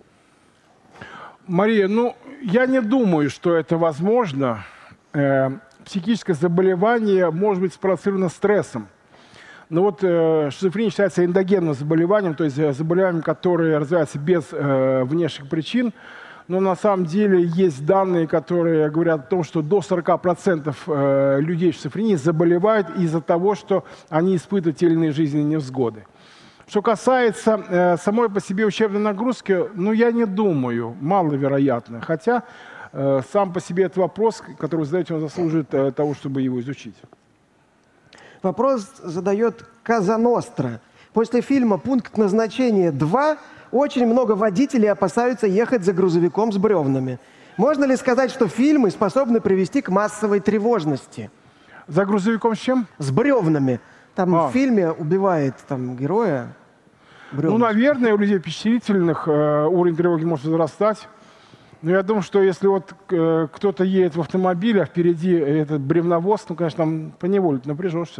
Мария, ну, я не думаю, что это возможно. Э, психическое заболевание может быть спровоцировано стрессом. Но вот э, шизофрения считается эндогенным заболеванием, то есть заболеванием, которое развивается без э, внешних причин. Но на самом деле есть данные, которые говорят о том, что до сорока процентов людей с шизофренией заболевают из-за того, что они испытывают те или иные жизненные невзгоды. Что касается э, самой по себе учебной нагрузки, ну я не думаю, маловероятно. Хотя э, сам по себе этот вопрос, который вы задаете, он заслуживает э, того, чтобы его изучить. Вопрос задает Каза Ностра. После фильма «Пункт назначения два» очень много водителей опасаются ехать за грузовиком с бревнами. Можно ли сказать, что фильмы способны привести к массовой тревожности? За грузовиком с чем? С бревнами. Там А. в фильме убивает там, героя. Ну, наверное, у людей впечатлительных э, уровень тревоги может возрастать. Но я думаю, что если вот э, кто-то едет в автомобиле, а впереди этот бревновоз, ну, конечно, там поневоле напряжешься.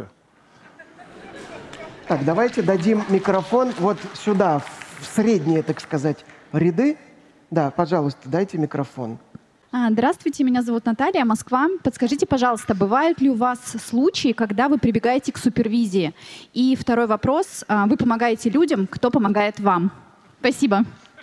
Так, давайте дадим микрофон вот сюда, в средние, так сказать, ряды. Да, пожалуйста, дайте микрофон. Здравствуйте, меня зовут Наталья, Москва. Подскажите, пожалуйста, бывают ли у вас случаи, когда вы прибегаете к супервизии? И второй вопрос. Вы помогаете людям, кто помогает вам? Спасибо.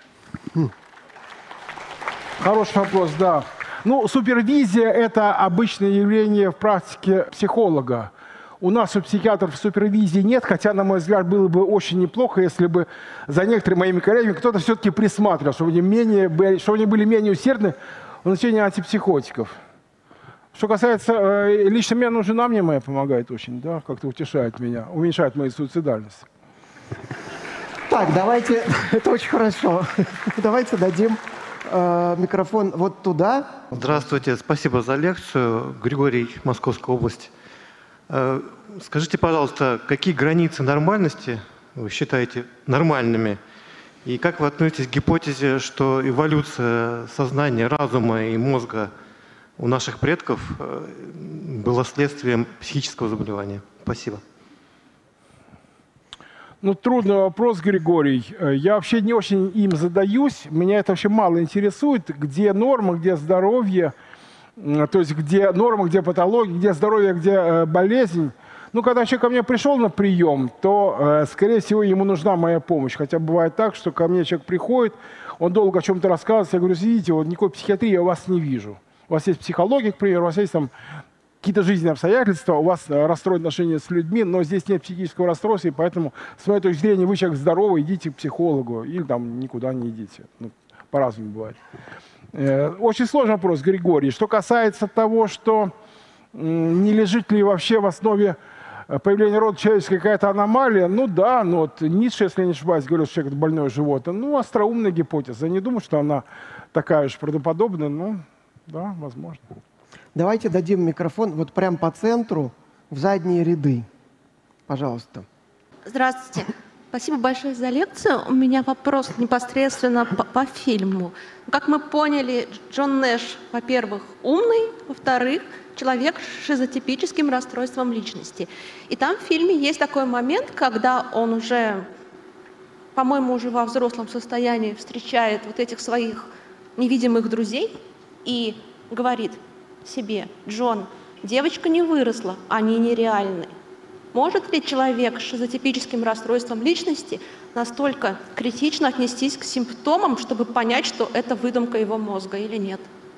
Хороший вопрос, да. Ну, супервизия – это обычное явление в практике психолога. У нас у психиатров супервизии нет, хотя, на мой взгляд, было бы очень неплохо, если бы за некоторыми моими коллегами кто-то все-таки присматривал, чтобы они, менее, чтобы они были менее усердны в назначении антипсихотиков. Что касается, э, лично мне, ну, жена мне моя помогает очень, да, как-то утешает меня, уменьшает мою суицидальность. Так, давайте, это очень хорошо. Давайте дадим э, микрофон вот туда. Здравствуйте, спасибо за лекцию. Григорий, Московская область. Э, скажите, пожалуйста, какие границы нормальности вы считаете нормальными? И как вы относитесь к гипотезе, что эволюция сознания, разума и мозга у наших предков была следствием психического заболевания? Спасибо. Ну, трудный вопрос, Григорий. Я вообще не очень им задаюсь. Меня это вообще мало интересует, где норма, где здоровье, то есть где норма, где патология, где здоровье, где болезнь. Ну, когда человек ко мне пришел на прием, то, э, скорее всего, ему нужна моя помощь. Хотя бывает так, что ко мне человек приходит, он долго о чем-то рассказывает, я говорю, видите, вот никакой психиатрии я у вас не вижу. У вас есть психология, к примеру, у вас есть там какие-то жизненные обстоятельства, у вас расстроены отношения с людьми, но здесь нет психического расстройства, и поэтому, с моей точки зрения, вы человек здоровый, идите к психологу, или там никуда не идите. Ну, по-разному бывает. Э, очень сложный вопрос, Григорий. Что касается того, что э, не лежит ли вообще в основе появление рода человеческой какая-то аномалия, ну да, но вот Ницше, если не ошибаюсь, говорил, что человек – это больное животное. Ну, остроумная гипотеза. Я не думаю, что она такая уж правдоподобная, но да, возможно. Давайте дадим микрофон вот прям по центру, в задние ряды. Пожалуйста. Здравствуйте. Спасибо большое за лекцию. У меня вопрос непосредственно по, по фильму. Как мы поняли, Джон Нэш, во-первых, умный, во-вторых, человек с шизотипическим расстройством личности. И там в фильме есть такой момент, когда он уже, по-моему, уже во взрослом состоянии встречает вот этих своих невидимых друзей и говорит себе: «Джон, девочка не выросла, они нереальны». Может ли человек с шизотипическим расстройством личности настолько критично отнестись к симптомам, чтобы понять, что это выдумка его мозга или нет?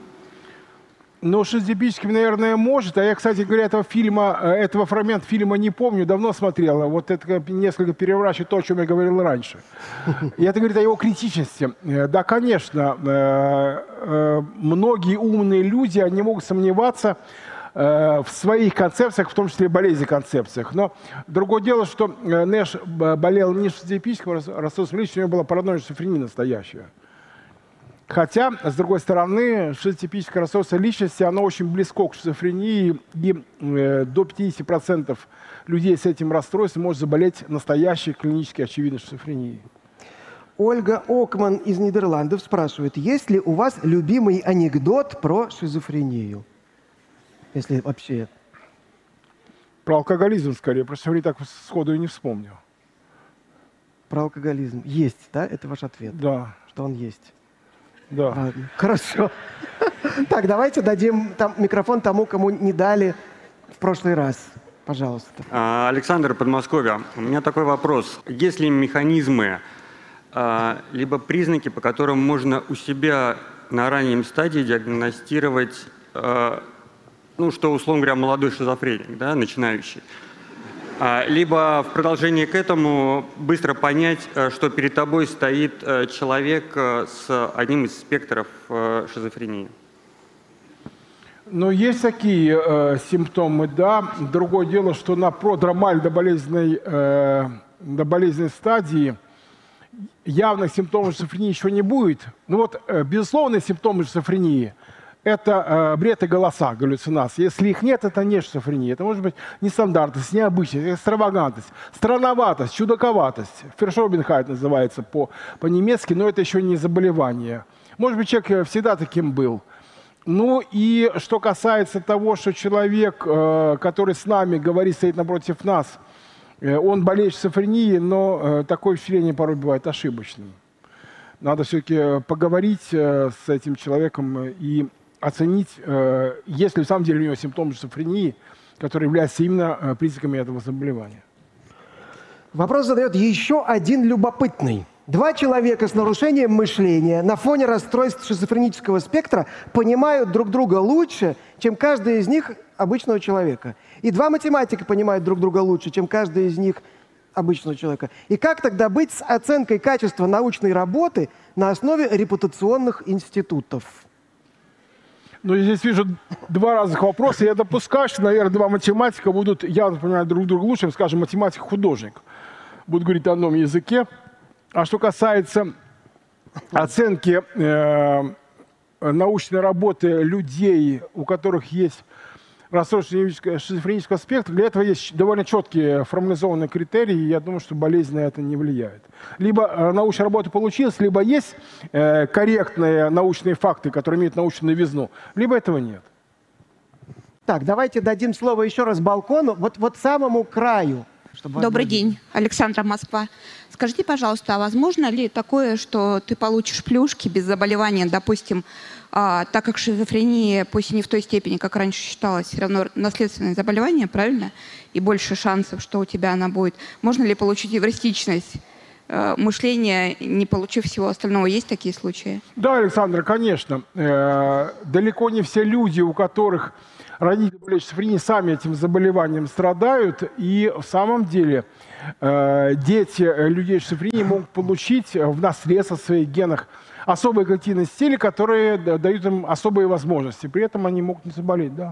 Ну, шизотипическим, наверное, может. А я, кстати говоря, этого фильма, этого фрагмента фильма не помню, давно смотрел. Вот это несколько переворачивает то, о чем я говорил раньше. И это говорит о его критичности. Да, конечно, многие умные люди, они могут сомневаться в своих концепциях, в том числе болезненных концепциях. Но другое дело, что Нэш болел не шизотипическим расстройством личности, у него была паранойя шизофрения настоящая. Хотя, с другой стороны, шизотипическое расстройство личности, оно очень близко к шизофрении, и э, до пятидесяти процентов людей с этим расстройством может заболеть настоящей клинически очевидной шизофренией. Ольга Окман из Нидерландов спрашивает, есть ли у вас любимый анекдот про шизофрению? Если вообще... Про алкоголизм, скорее. Про шизофрению так сходу и не вспомню. Про алкоголизм. Есть, да? Это ваш ответ? Да. Что он есть? Да. Ладно, хорошо. Так, давайте дадим там микрофон тому, кому не дали в прошлый раз. Пожалуйста. Александр, Подмосковье. У меня такой вопрос. Есть ли механизмы, либо признаки, по которым можно у себя на раннем стадии диагностировать, ну, что, условно говоря, молодой шизофреник, да, начинающий? Либо в продолжение к этому быстро понять, что перед тобой стоит человек с одним из спектров шизофрении. Ну, есть такие э, симптомы, да. Другое дело, что на продромаль до болезненной, э, до болезненной стадии явных симптомов шизофрении еще не будет. Но вот э, безусловные симптомы шизофрении – это э, бред и голоса, галлюцинации. Если их нет, это не шизофрения. Это может быть нестандартность, необычность, экстравагантность, странноватость, чудаковатость. Фершобенхайт называется по, по-немецки, но это еще не заболевание. Может быть, человек всегда таким был. Ну и что касается того, что человек, э, который с нами говорит, стоит напротив нас, э, он болеет шизофренией, но э, такое впечатление порой бывает ошибочным. Надо все-таки поговорить э, с этим человеком и оценить, э, есть ли в самом деле у него симптомы шизофрении, которые являются именно э, признаками этого заболевания. Вопрос задает еще один любопытный. Два человека с нарушением мышления на фоне расстройств шизофренического спектра понимают друг друга лучше, чем каждый из них обычного человека. И два математика понимают друг друга лучше, чем каждый из них обычного человека. И как тогда быть с оценкой качества научной работы на основе репутационных институтов? Ну, я здесь вижу два разных вопроса. Я допускаю, что, наверное, два математика будут явно понимать друг друга лучше, чем, скажем, математик-художник. Будут говорить на одном языке. А что касается оценки э, научной работы людей, у которых есть расстройство шизофренического спектра, для этого есть довольно четкие формализованные критерии, и я думаю, что болезнь на это не влияет. Либо э, научная работа получилась, либо есть э, корректные научные факты, которые имеют научную новизну, либо этого нет. Так, давайте дадим слово еще раз балкону, вот, вот самому краю. Добрый день, Александра, Москва. Скажите, пожалуйста, а возможно ли такое, что ты получишь плюшки без заболевания, допустим, а, так как шизофрения, пусть и не в той степени, как раньше считалось, все равно наследственное заболевание, правильно? И больше шансов, что у тебя она будет. Можно ли получить эвристичность э, мышления, не получив всего остального? Есть такие случаи? Да, Александра, конечно. Э, далеко не все люди, у которых родители болеют шизофренией, сами этим заболеванием страдают. И в самом деле э, дети людей с шизофренией могут получить в наследство в своих генах особые когнитивные стили, которые дают им особые возможности. При этом они могут не заболеть, да.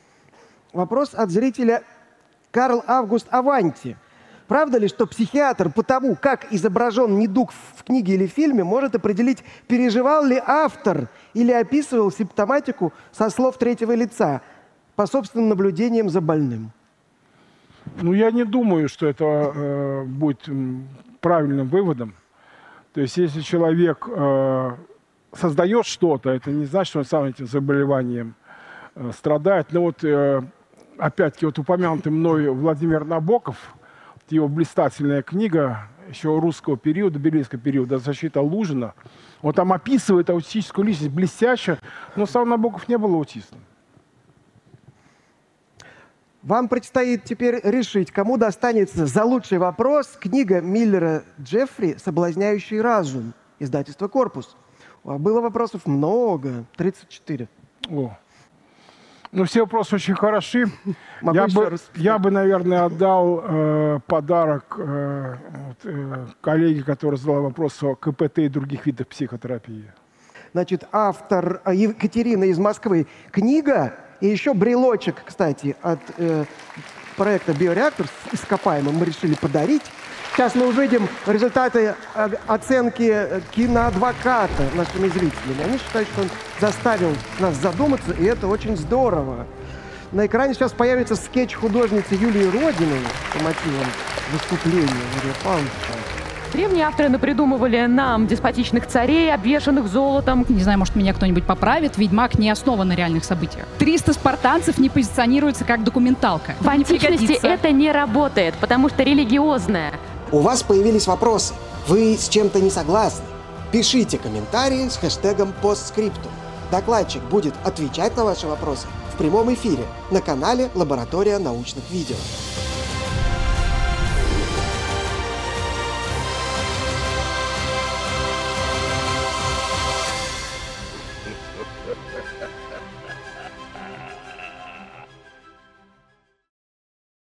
Вопрос от зрителя Карл Август Аванти. Правда ли, что психиатр по тому, как изображен недуг в книге или фильме, может определить, переживал ли автор или описывал симптоматику со слов третьего лица, по собственным наблюдениям за больным? Ну, я не думаю, что это э, будет правильным выводом. То есть, если человек э, создает что-то, это не значит, что он сам этим заболеванием э, страдает. Но вот, э, опять-таки, вот упомянутый мной Владимир Набоков, его блистательная книга еще русского периода, берлинского периода «Защита Лужина», он там описывает аутистическую личность блестяще, но сам Набоков не был аутистом. Вам предстоит теперь решить, кому достанется за лучший вопрос книга Миллера Джеффри «Соблазняющий разум», издательство «Корпус». Было вопросов много, тридцать четыре. О. Ну, все вопросы очень хороши. Я бы, я бы, наверное, отдал э, подарок э, вот, э, коллеге, который задал вопрос о ка пэ тэ и других видах психотерапии. Значит, автор Екатерина из Москвы. Книга и еще брелочек, кстати, от э, проекта «Биореактор» с ископаемым мы решили подарить. Сейчас мы увидим результаты оценки киноадвоката нашими зрителями. Они считают, что он заставил нас задуматься, и это очень здорово. На экране сейчас появится скетч художницы Юлии Родиной по мотивам выступления Юрия Павловича. Древние авторы напридумывали нам деспотичных царей, обвешанных золотом. Не знаю, может, меня кто-нибудь поправит. «Ведьмак» не основан на реальных событиях. триста спартанцев не позиционируется как документалка. В античности это не работает, потому что религиозное. У вас появились вопросы. Вы с чем-то не согласны? Пишите комментарии с хэштегом «Постскриптум». Докладчик будет отвечать на ваши вопросы в прямом эфире на канале «Лаборатория научных видео».